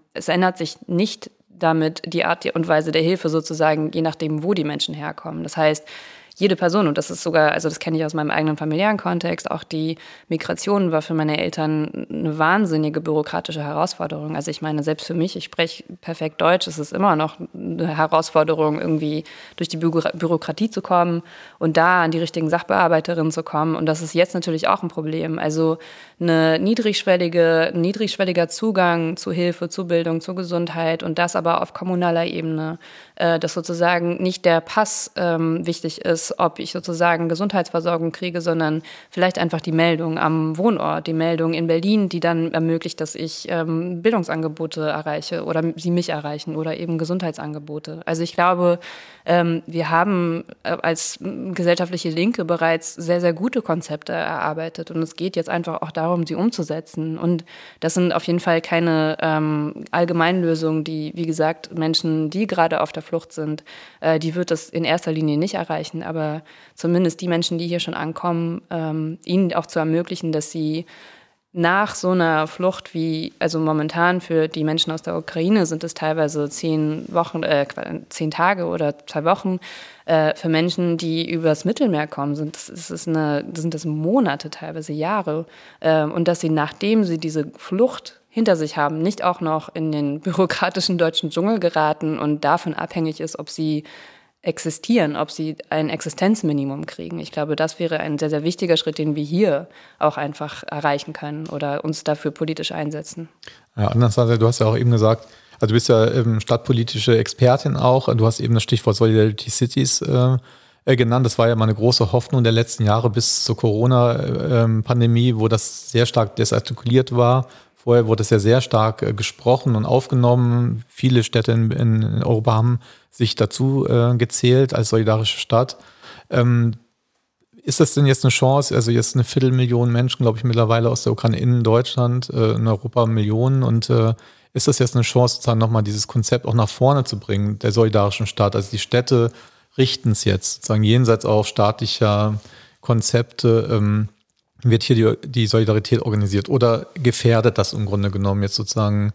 nicht damit die Art und Weise der Hilfe sozusagen, je nachdem, wo die Menschen herkommen. Das heißt, jede Person, und das ist sogar, also das kenne ich aus meinem eigenen familiären Kontext, auch die Migration war für meine Eltern eine wahnsinnige bürokratische Herausforderung. Also ich meine, selbst für mich, ich spreche perfekt Deutsch, es ist immer noch eine Herausforderung, irgendwie durch die Bürokratie zu kommen und da an die richtigen Sachbearbeiterinnen zu kommen. Und das ist jetzt natürlich auch ein Problem. Also ein niedrigschwelliger Zugang zu Hilfe, zu Bildung, zu Gesundheit und das aber auf kommunaler Ebene, dass sozusagen nicht der Pass wichtig ist, ob ich sozusagen Gesundheitsversorgung kriege, sondern vielleicht einfach die Meldung am Wohnort, die Meldung in Berlin, die dann ermöglicht, dass ich Bildungsangebote erreiche oder sie mich erreichen oder eben Gesundheitsangebote. Also ich glaube, wir haben als gesellschaftliche Linke bereits sehr, sehr gute Konzepte erarbeitet und es geht jetzt einfach auch darum, sie umzusetzen. Und das sind auf jeden Fall keine Allgemeinlösungen, die, wie gesagt, Menschen, die gerade auf der Flucht sind, die wird es in erster Linie nicht erreichen, aber zumindest die Menschen, die hier schon ankommen, ihnen auch zu ermöglichen, dass sie nach so einer Flucht wie, also momentan für die Menschen aus der Ukraine sind es teilweise 10 Tage oder 2 Wochen. Für Menschen, die übers Mittelmeer kommen, sind das Monate, teilweise Jahre. Und dass sie, nachdem sie diese Flucht hinter sich haben, nicht auch noch in den bürokratischen deutschen Dschungel geraten und davon abhängig ist, ob sie existieren, ob sie ein Existenzminimum kriegen. Ich glaube, das wäre ein sehr, sehr wichtiger Schritt, den wir hier auch einfach erreichen können oder uns dafür politisch einsetzen. Ja, andererseits, du hast ja auch eben gesagt, also du bist ja stadtpolitische Expertin auch, du hast eben das Stichwort Solidarity Cities genannt. Das war ja mal eine große Hoffnung der letzten Jahre bis zur Corona-Pandemie, wo das sehr stark desartikuliert war. Vorher wurde es ja sehr stark gesprochen und aufgenommen. Viele Städte in Europa haben sich dazu gezählt als solidarische Stadt. Ist das denn jetzt eine Chance, also jetzt 250.000 Menschen, glaube ich, mittlerweile aus der Ukraine in Deutschland, in Europa Millionen, und ist das jetzt eine Chance, sozusagen nochmal dieses Konzept auch nach vorne zu bringen, der solidarischen Stadt? Also die Städte richten es jetzt, sozusagen jenseits auch staatlicher Konzepte, wird hier die Solidarität organisiert, oder gefährdet das im Grunde genommen jetzt sozusagen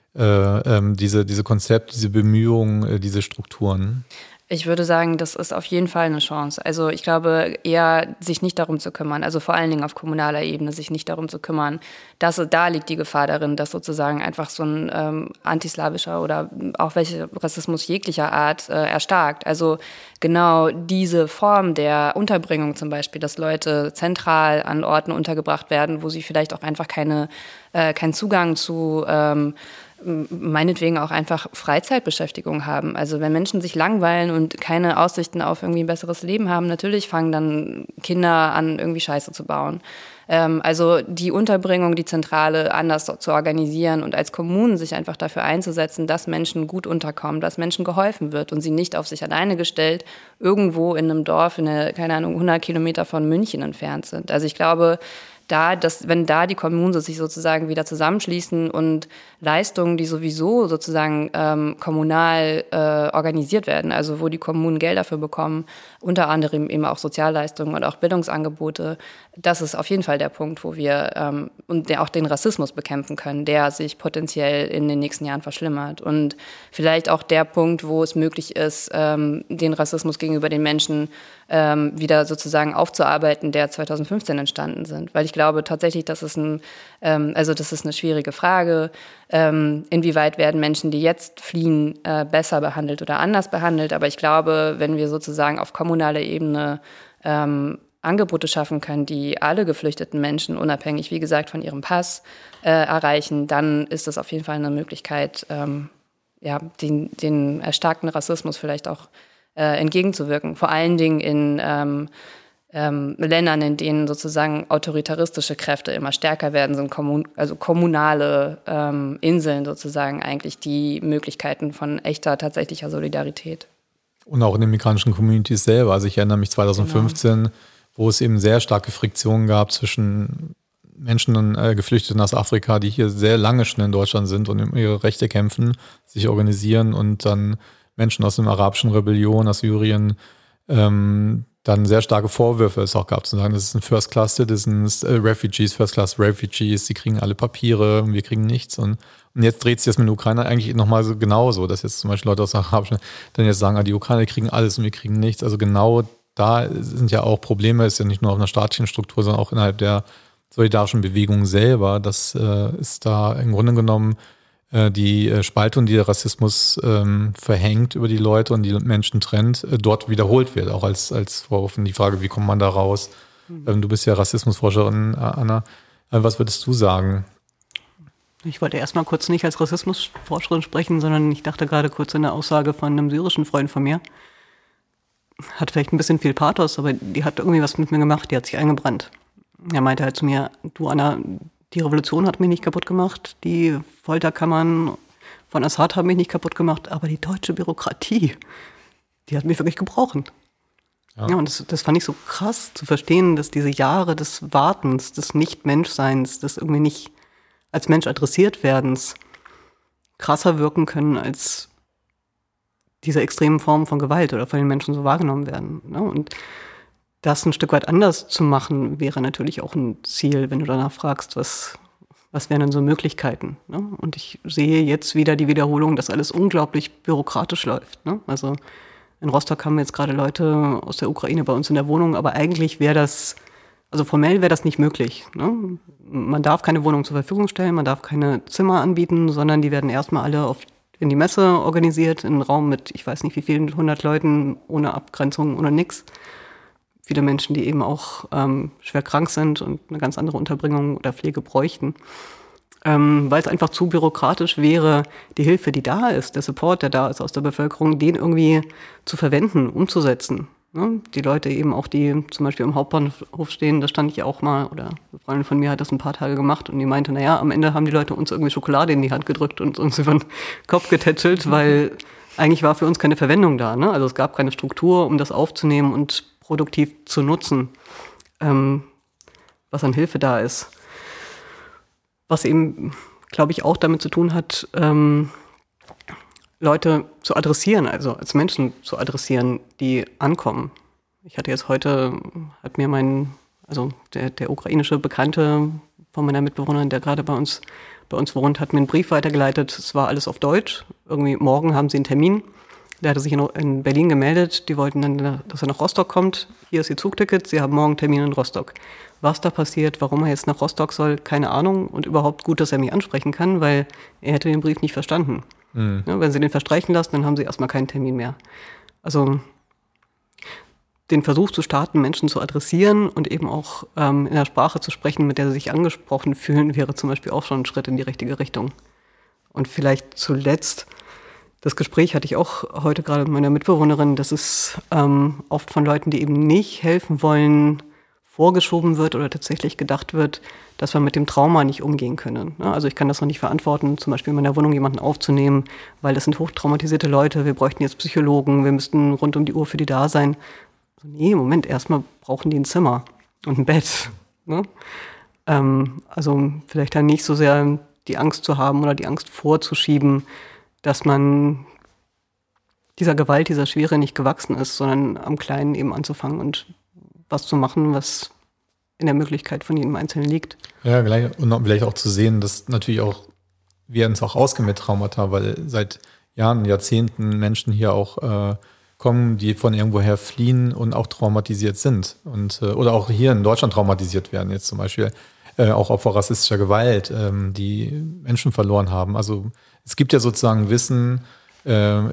diese Konzepte, diese Bemühungen, diese Strukturen? Ich würde sagen, das ist auf jeden Fall eine Chance. Also ich glaube eher, sich nicht darum zu kümmern, also vor allen Dingen auf kommunaler Ebene, sich nicht darum zu kümmern, da liegt die Gefahr darin, dass sozusagen einfach so ein antislawischer oder auch welcher Rassismus jeglicher Art erstarkt. Also genau diese Form der Unterbringung zum Beispiel, dass Leute zentral an Orten untergebracht werden, wo sie vielleicht auch einfach keinen Zugang zu meinetwegen auch einfach Freizeitbeschäftigung haben. Also wenn Menschen sich langweilen und keine Aussichten auf irgendwie ein besseres Leben haben, natürlich fangen dann Kinder an, irgendwie Scheiße zu bauen. Also die Unterbringung, die Zentrale anders zu organisieren und als Kommunen sich einfach dafür einzusetzen, dass Menschen gut unterkommen, dass Menschen geholfen wird und sie nicht auf sich alleine gestellt irgendwo in einem Dorf, keine Ahnung, 100 Kilometer von München entfernt sind. Also ich glaube, wenn die Kommunen sich sozusagen wieder zusammenschließen und Leistungen, die sowieso sozusagen kommunal organisiert werden, also wo die Kommunen Geld dafür bekommen, unter anderem eben auch Sozialleistungen und auch Bildungsangebote, das ist auf jeden Fall der Punkt, wo wir auch den Rassismus bekämpfen können, der sich potenziell in den nächsten Jahren verschlimmert. Und vielleicht auch der Punkt, wo es möglich ist, den Rassismus gegenüber den Menschen wieder sozusagen aufzuarbeiten, der 2015 entstanden sind. Weil ich glaube tatsächlich, das ist eine schwierige Frage. Inwieweit werden Menschen, die jetzt fliehen, besser behandelt oder anders behandelt? Aber ich glaube, wenn wir sozusagen auf kommunaler Ebene Angebote schaffen können, die alle geflüchteten Menschen, unabhängig, wie gesagt, von ihrem Pass, erreichen, dann ist das auf jeden Fall eine Möglichkeit, den erstarkten Rassismus vielleicht auch entgegenzuwirken. Vor allen Dingen in Ländern, in denen sozusagen autoritaristische Kräfte immer stärker werden, sind kommunale Inseln sozusagen eigentlich die Möglichkeiten von echter, tatsächlicher Solidarität. Und auch in den migrantischen Communities selber. Also ich erinnere mich 2015, wo es eben sehr starke Friktionen gab zwischen Menschen und Geflüchteten aus Afrika, die hier sehr lange schon in Deutschland sind und um ihre Rechte kämpfen, sich organisieren, und dann Menschen aus der arabischen Rebellion, aus Syrien, dann sehr starke Vorwürfe es auch gab, zu sagen, das ist ein First-Class-Citizens, Refugees, First-Class-Refugees, die kriegen alle Papiere und wir kriegen nichts. Und jetzt dreht sich das mit den Ukrainern eigentlich nochmal so genauso, dass jetzt zum Beispiel Leute aus der arabischen dann jetzt sagen, die Ukrainer kriegen alles und wir kriegen nichts. Also genau da sind ja auch Probleme, ist ja nicht nur auf einer staatlichen Struktur, sondern auch innerhalb der solidarischen Bewegung selber. Das ist da im Grunde genommen die Spaltung, die der Rassismus verhängt über die Leute und die Menschen trennt, dort wiederholt wird, auch als Vorwurf. Und die Frage, wie kommt man da raus? Du bist ja Rassismusforscherin, Anna. Was würdest du sagen? Ich wollte erstmal kurz nicht als Rassismusforscherin sprechen, sondern ich dachte gerade kurz an eine Aussage von einem syrischen Freund von mir. Hat vielleicht ein bisschen viel Pathos, aber die hat irgendwie was mit mir gemacht, die hat sich eingebrannt. Er meinte halt zu mir, du Anna, die Revolution hat mich nicht kaputt gemacht, die Folterkammern von Assad haben mich nicht kaputt gemacht, aber die deutsche Bürokratie, die hat mich wirklich gebrochen. Ja, und das fand ich so krass zu verstehen, dass diese Jahre des Wartens, des Nicht-Menschseins, des irgendwie nicht als Mensch adressiert werdens krasser wirken können als diese extremen Formen von Gewalt oder von den Menschen so wahrgenommen werden. Ne? Und das ein Stück weit anders zu machen, wäre natürlich auch ein Ziel, wenn du danach fragst, was wären denn so Möglichkeiten? Ne? Und ich sehe jetzt wieder die Wiederholung, dass alles unglaublich bürokratisch läuft. Ne? Also in Rostock haben wir jetzt gerade Leute aus der Ukraine bei uns in der Wohnung, aber eigentlich wäre das, also formell wäre das nicht möglich. Ne? Man darf keine Wohnung zur Verfügung stellen, man darf keine Zimmer anbieten, sondern die werden erstmal alle auf in die Messe organisiert, in einen Raum mit, ich weiß nicht wie vielen, 100 Leuten, ohne Abgrenzung, ohne nix. Viele Menschen, die eben auch schwer krank sind und eine ganz andere Unterbringung oder Pflege bräuchten. Weil es einfach zu bürokratisch wäre, die Hilfe, die da ist, der Support, der da ist aus der Bevölkerung, den irgendwie zu verwenden, umzusetzen. Ne? Die Leute eben auch, die zum Beispiel im Hauptbahnhof stehen, da stand ich auch mal, oder eine Freundin von mir hat das ein paar Tage gemacht und die meinte, naja, am Ende haben die Leute uns irgendwie Schokolade in die Hand gedrückt und uns über den Kopf getätschelt, weil eigentlich war für uns keine Verwendung da. Ne? Also es gab keine Struktur, um das aufzunehmen und produktiv zu nutzen, was an Hilfe da ist. Was eben, glaube ich, auch damit zu tun hat, Leute zu adressieren, also als Menschen zu adressieren, die ankommen. Ich hatte jetzt heute, hat mir der ukrainische Bekannte von meiner Mitbewohnerin, der gerade bei uns wohnt, hat mir einen Brief weitergeleitet. Es war alles auf Deutsch. Irgendwie morgen haben sie einen Termin. Der hatte sich in Berlin gemeldet. Die wollten dann, dass er nach Rostock kommt. Hier ist ihr Zugticket. Sie haben morgen einen Termin in Rostock. Was da passiert, warum er jetzt nach Rostock soll, keine Ahnung. Und überhaupt gut, dass er mich ansprechen kann, weil er hätte den Brief nicht verstanden. Mhm. Ja, wenn sie den verstreichen lassen, dann haben sie erstmal keinen Termin mehr. Also den Versuch zu starten, Menschen zu adressieren und eben auch in einer Sprache zu sprechen, mit der sie sich angesprochen fühlen, wäre zum Beispiel auch schon ein Schritt in die richtige Richtung. Und vielleicht zuletzt, das Gespräch hatte ich auch heute gerade mit meiner Mitbewohnerin, dass es oft von Leuten, die eben nicht helfen wollen, vorgeschoben wird oder tatsächlich gedacht wird, dass wir mit dem Trauma nicht umgehen können. Also ich kann das noch nicht verantworten, zum Beispiel in meiner Wohnung jemanden aufzunehmen, weil das sind hochtraumatisierte Leute, wir bräuchten jetzt Psychologen, wir müssten rund um die Uhr für die da sein. Also nee, Moment, erstmal brauchen die ein Zimmer und ein Bett. Ne? Also vielleicht dann nicht so sehr die Angst zu haben oder die Angst vorzuschieben, dass man dieser Gewalt, dieser Schwere nicht gewachsen ist, sondern am Kleinen eben anzufangen und was zu machen, was in der Möglichkeit von jedem Einzelnen liegt. Ja, und vielleicht auch zu sehen, dass natürlich auch wir uns auch auskennen mit Traumata, weil seit Jahren, Jahrzehnten Menschen hier auch kommen, die von irgendwoher fliehen und auch traumatisiert sind und oder auch hier in Deutschland traumatisiert werden, jetzt zum Beispiel auch Opfer rassistischer Gewalt, die Menschen verloren haben. Also es gibt ja sozusagen Wissen bei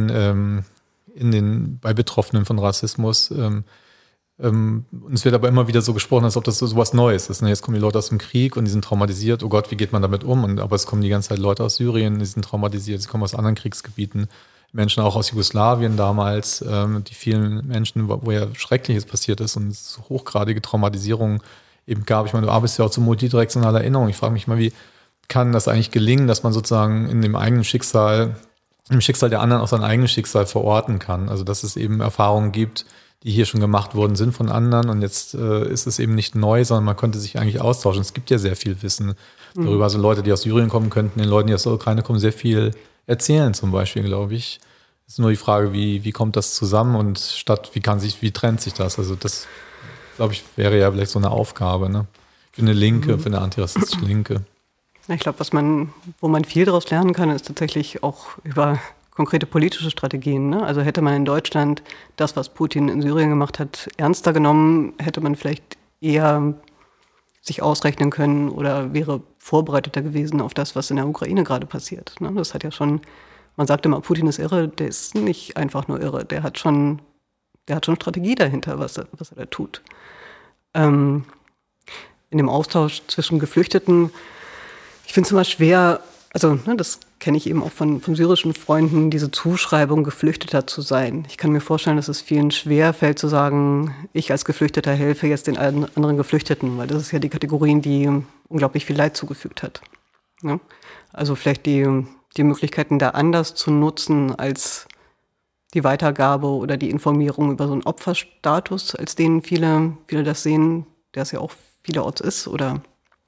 Betroffenen von Rassismus. Und es wird aber immer wieder so gesprochen, als ob das so was Neues ist. Jetzt kommen die Leute aus dem Krieg und die sind traumatisiert. Oh Gott, wie geht man damit um? Aber es kommen die ganze Zeit Leute aus Syrien, die sind traumatisiert. Sie kommen aus anderen Kriegsgebieten. Menschen auch aus Jugoslawien damals, die vielen Menschen, wo ja Schreckliches passiert ist und es hochgradige Traumatisierung eben gab. Ich meine, du arbeitest ja auch zu multidirektionaler Erinnerung. Ich frage mich mal, wie kann das eigentlich gelingen, dass man sozusagen in dem eigenen Schicksal, im Schicksal der anderen auch sein eigenes Schicksal verorten kann? Also, dass es eben Erfahrungen gibt, die hier schon gemacht worden sind von anderen und jetzt ist es eben nicht neu, sondern man könnte sich eigentlich austauschen. Es gibt ja sehr viel Wissen darüber. Also Leute, die aus Syrien kommen könnten, den Leuten, die aus der Ukraine kommen, sehr viel erzählen zum Beispiel, glaube ich. Es ist nur die Frage, wie kommt das zusammen und wie trennt sich das? Also das, glaube ich, wäre ja vielleicht so eine Aufgabe, ne? Für eine Linke, für eine antirassistische Linke. Ich glaube, wo man viel daraus lernen kann, ist tatsächlich auch über konkrete politische Strategien. Ne? Also hätte man in Deutschland das, was Putin in Syrien gemacht hat, ernster genommen, hätte man vielleicht eher sich ausrechnen können oder wäre vorbereiteter gewesen auf das, was in der Ukraine gerade passiert. Ne? Das hat ja schon, man sagt immer, Putin ist irre, der ist nicht einfach nur irre, der hat schon Strategie dahinter, was er da tut. In dem Austausch zwischen Geflüchteten, ich finde es immer schwer, also das kenne ich eben auch von syrischen Freunden, diese Zuschreibung, Geflüchteter zu sein. Ich kann mir vorstellen, dass es vielen schwer fällt zu sagen, ich als Geflüchteter helfe jetzt den anderen Geflüchteten, weil das ist ja die Kategorie, die unglaublich viel Leid zugefügt hat. Ja? Also vielleicht die Möglichkeiten da anders zu nutzen als die Weitergabe oder die Informierung über so einen Opferstatus, als den viele das sehen, der es ja auch vielerorts ist oder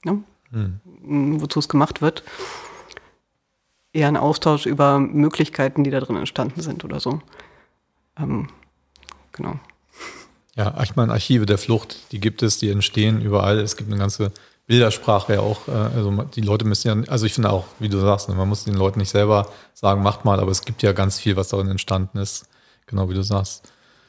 wozu es gemacht wird. Eher ein Austausch über Möglichkeiten, die da drin entstanden sind oder so. Genau. Ja, ich meine, Archive der Flucht, die gibt es, die entstehen überall. Es gibt eine ganze Bildersprache ja auch. Also die Leute müssen ja, also ich finde auch, wie du sagst, man muss den Leuten nicht selber sagen, macht mal, aber es gibt ja ganz viel, was darin entstanden ist. Genau wie du sagst.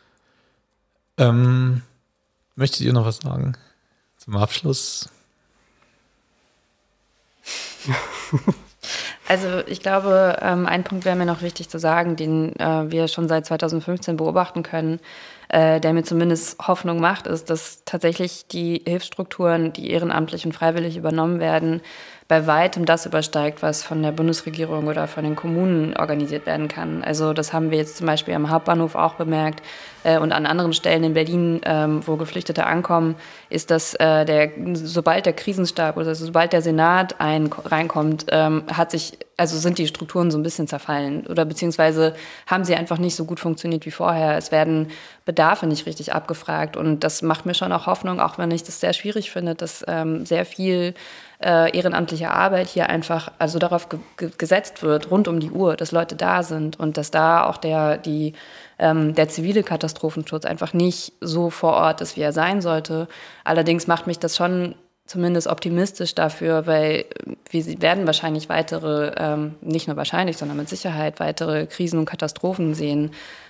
Möchtet ihr noch was sagen zum Abschluss? Also ich glaube, ein Punkt wäre mir noch wichtig zu sagen, den wir schon seit 2015 beobachten können, der mir zumindest Hoffnung macht, ist, dass tatsächlich die Hilfsstrukturen, die ehrenamtlich und freiwillig übernommen werden, bei weitem das übersteigt, was von der Bundesregierung oder von den Kommunen organisiert werden kann. Also das haben wir jetzt zum Beispiel am Hauptbahnhof auch bemerkt und an anderen Stellen in Berlin, wo Geflüchtete ankommen, ist, dass sobald der Krisenstab oder sobald der Senat reinkommt, sind die Strukturen so ein bisschen zerfallen oder beziehungsweise haben sie einfach nicht so gut funktioniert wie vorher. Es werden Bedarfe nicht richtig abgefragt und das macht mir schon auch Hoffnung, auch wenn ich das sehr schwierig finde, dass sehr viel ehrenamtliche Arbeit hier einfach also darauf gesetzt wird, rund um die Uhr, dass Leute da sind und dass da auch der zivile Katastrophenschutz einfach nicht so vor Ort ist, wie er sein sollte. Allerdings macht mich das schon zumindest optimistisch dafür, weil wir werden wahrscheinlich nicht nur wahrscheinlich, sondern mit Sicherheit weitere Krisen und Katastrophen sehen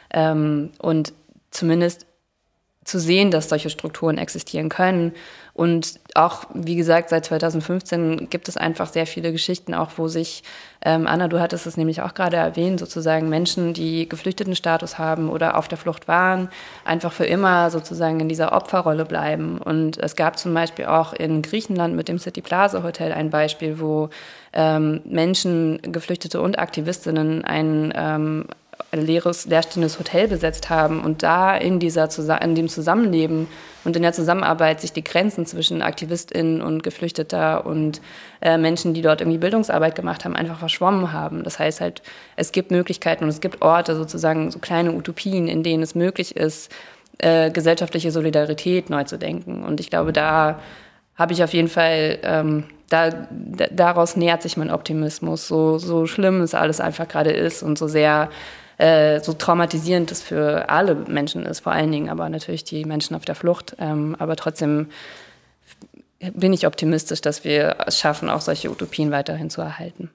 und zumindest zu sehen, dass solche Strukturen existieren können. Und auch, wie gesagt, seit 2015 gibt es einfach sehr viele Geschichten, auch wo sich, Anna, du hattest es nämlich auch gerade erwähnt, sozusagen Menschen, die Geflüchtetenstatus haben oder auf der Flucht waren, einfach für immer sozusagen in dieser Opferrolle bleiben. Und es gab zum Beispiel auch in Griechenland mit dem City Plaza Hotel ein Beispiel, wo Menschen, Geflüchtete und Aktivistinnen ein leerstehendes Hotel besetzt haben und da in dem Zusammenleben und in der Zusammenarbeit sich die Grenzen zwischen AktivistInnen und Geflüchteter und Menschen, die dort irgendwie Bildungsarbeit gemacht haben, einfach verschwommen haben. Das heißt halt, es gibt Möglichkeiten und es gibt Orte, sozusagen so kleine Utopien, in denen es möglich ist, gesellschaftliche Solidarität neu zu denken. Und ich glaube, da habe ich auf jeden Fall, daraus nähert sich mein Optimismus, so schlimm es alles einfach gerade ist und so sehr so traumatisierend es für alle Menschen ist, vor allen Dingen aber natürlich die Menschen auf der Flucht. Aber trotzdem bin ich optimistisch, dass wir es schaffen, auch solche Utopien weiterhin zu erhalten.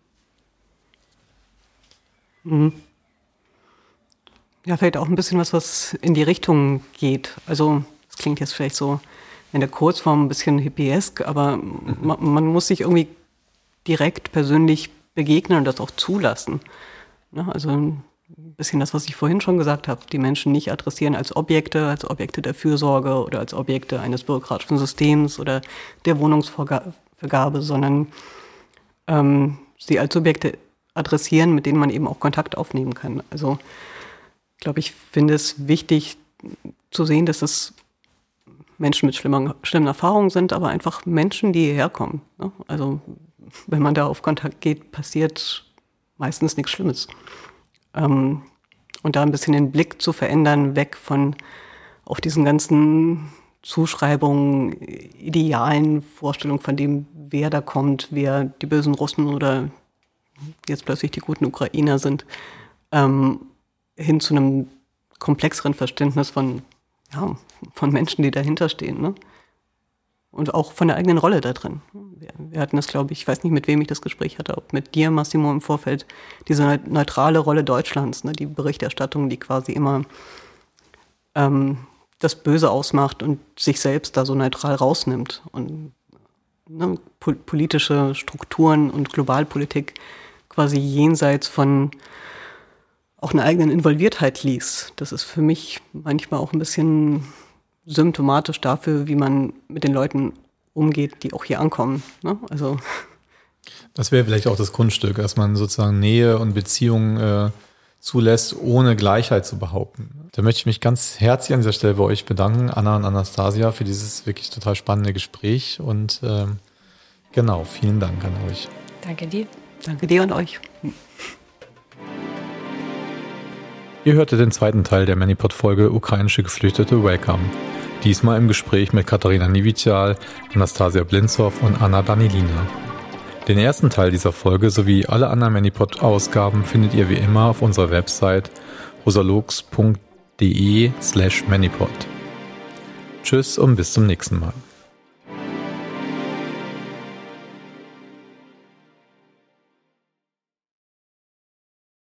Mhm. Ja, vielleicht auch ein bisschen was in die Richtung geht. Also das klingt jetzt vielleicht so in der Kurzform ein bisschen hippiesk, aber man muss sich irgendwie direkt persönlich begegnen und das auch zulassen. Ja, also ein bisschen das, was ich vorhin schon gesagt habe, die Menschen nicht adressieren als Objekte der Fürsorge oder als Objekte eines bürokratischen Systems oder der Wohnungsvergabe, sondern sie als Subjekte adressieren, mit denen man eben auch Kontakt aufnehmen kann. Also ich glaube, ich finde es wichtig zu sehen, dass es Menschen mit schlimmen Erfahrungen sind, aber einfach Menschen, die hierher kommen. Ne? Also wenn man da auf Kontakt geht, passiert meistens nichts Schlimmes. Und da ein bisschen den Blick zu verändern, weg von auch diesen ganzen Zuschreibungen, idealen Vorstellungen von dem, wer da kommt, wer die bösen Russen oder jetzt plötzlich die guten Ukrainer sind, hin zu einem komplexeren Verständnis von Menschen, die dahinter stehen, ne? Und auch von der eigenen Rolle da drin. Wir hatten das, glaube ich weiß nicht, mit wem ich das Gespräch hatte, ob mit dir, Massimo, im Vorfeld, diese neutrale Rolle Deutschlands, ne? Die Berichterstattung, die quasi immer das Böse ausmacht und sich selbst da so neutral rausnimmt und ne, politische Strukturen und Globalpolitik quasi jenseits von auch einer eigenen Involviertheit ließ. Das ist für mich manchmal auch ein bisschen symptomatisch dafür, wie man mit den Leuten umgeht, die auch hier ankommen. Ne? Also das wäre vielleicht auch das Kunststück, dass man sozusagen Nähe und Beziehungen zulässt, ohne Gleichheit zu behaupten. Da möchte ich mich ganz herzlich an dieser Stelle bei euch bedanken, Anna und Anastasia, für dieses wirklich total spannende Gespräch und genau, vielen Dank an euch. Danke dir. Danke dir und euch. Ihr hörte den zweiten Teil der Manipod-Folge Ukrainische Geflüchtete Welcome. Diesmal im Gespräch mit Katharina Niewidzial, Anastasia Blinzow und Anna Danilina. Den ersten Teil dieser Folge sowie alle anderen Manipod-Ausgaben findet ihr wie immer auf unserer Website rosalux.de/manipod. Tschüss und bis zum nächsten Mal.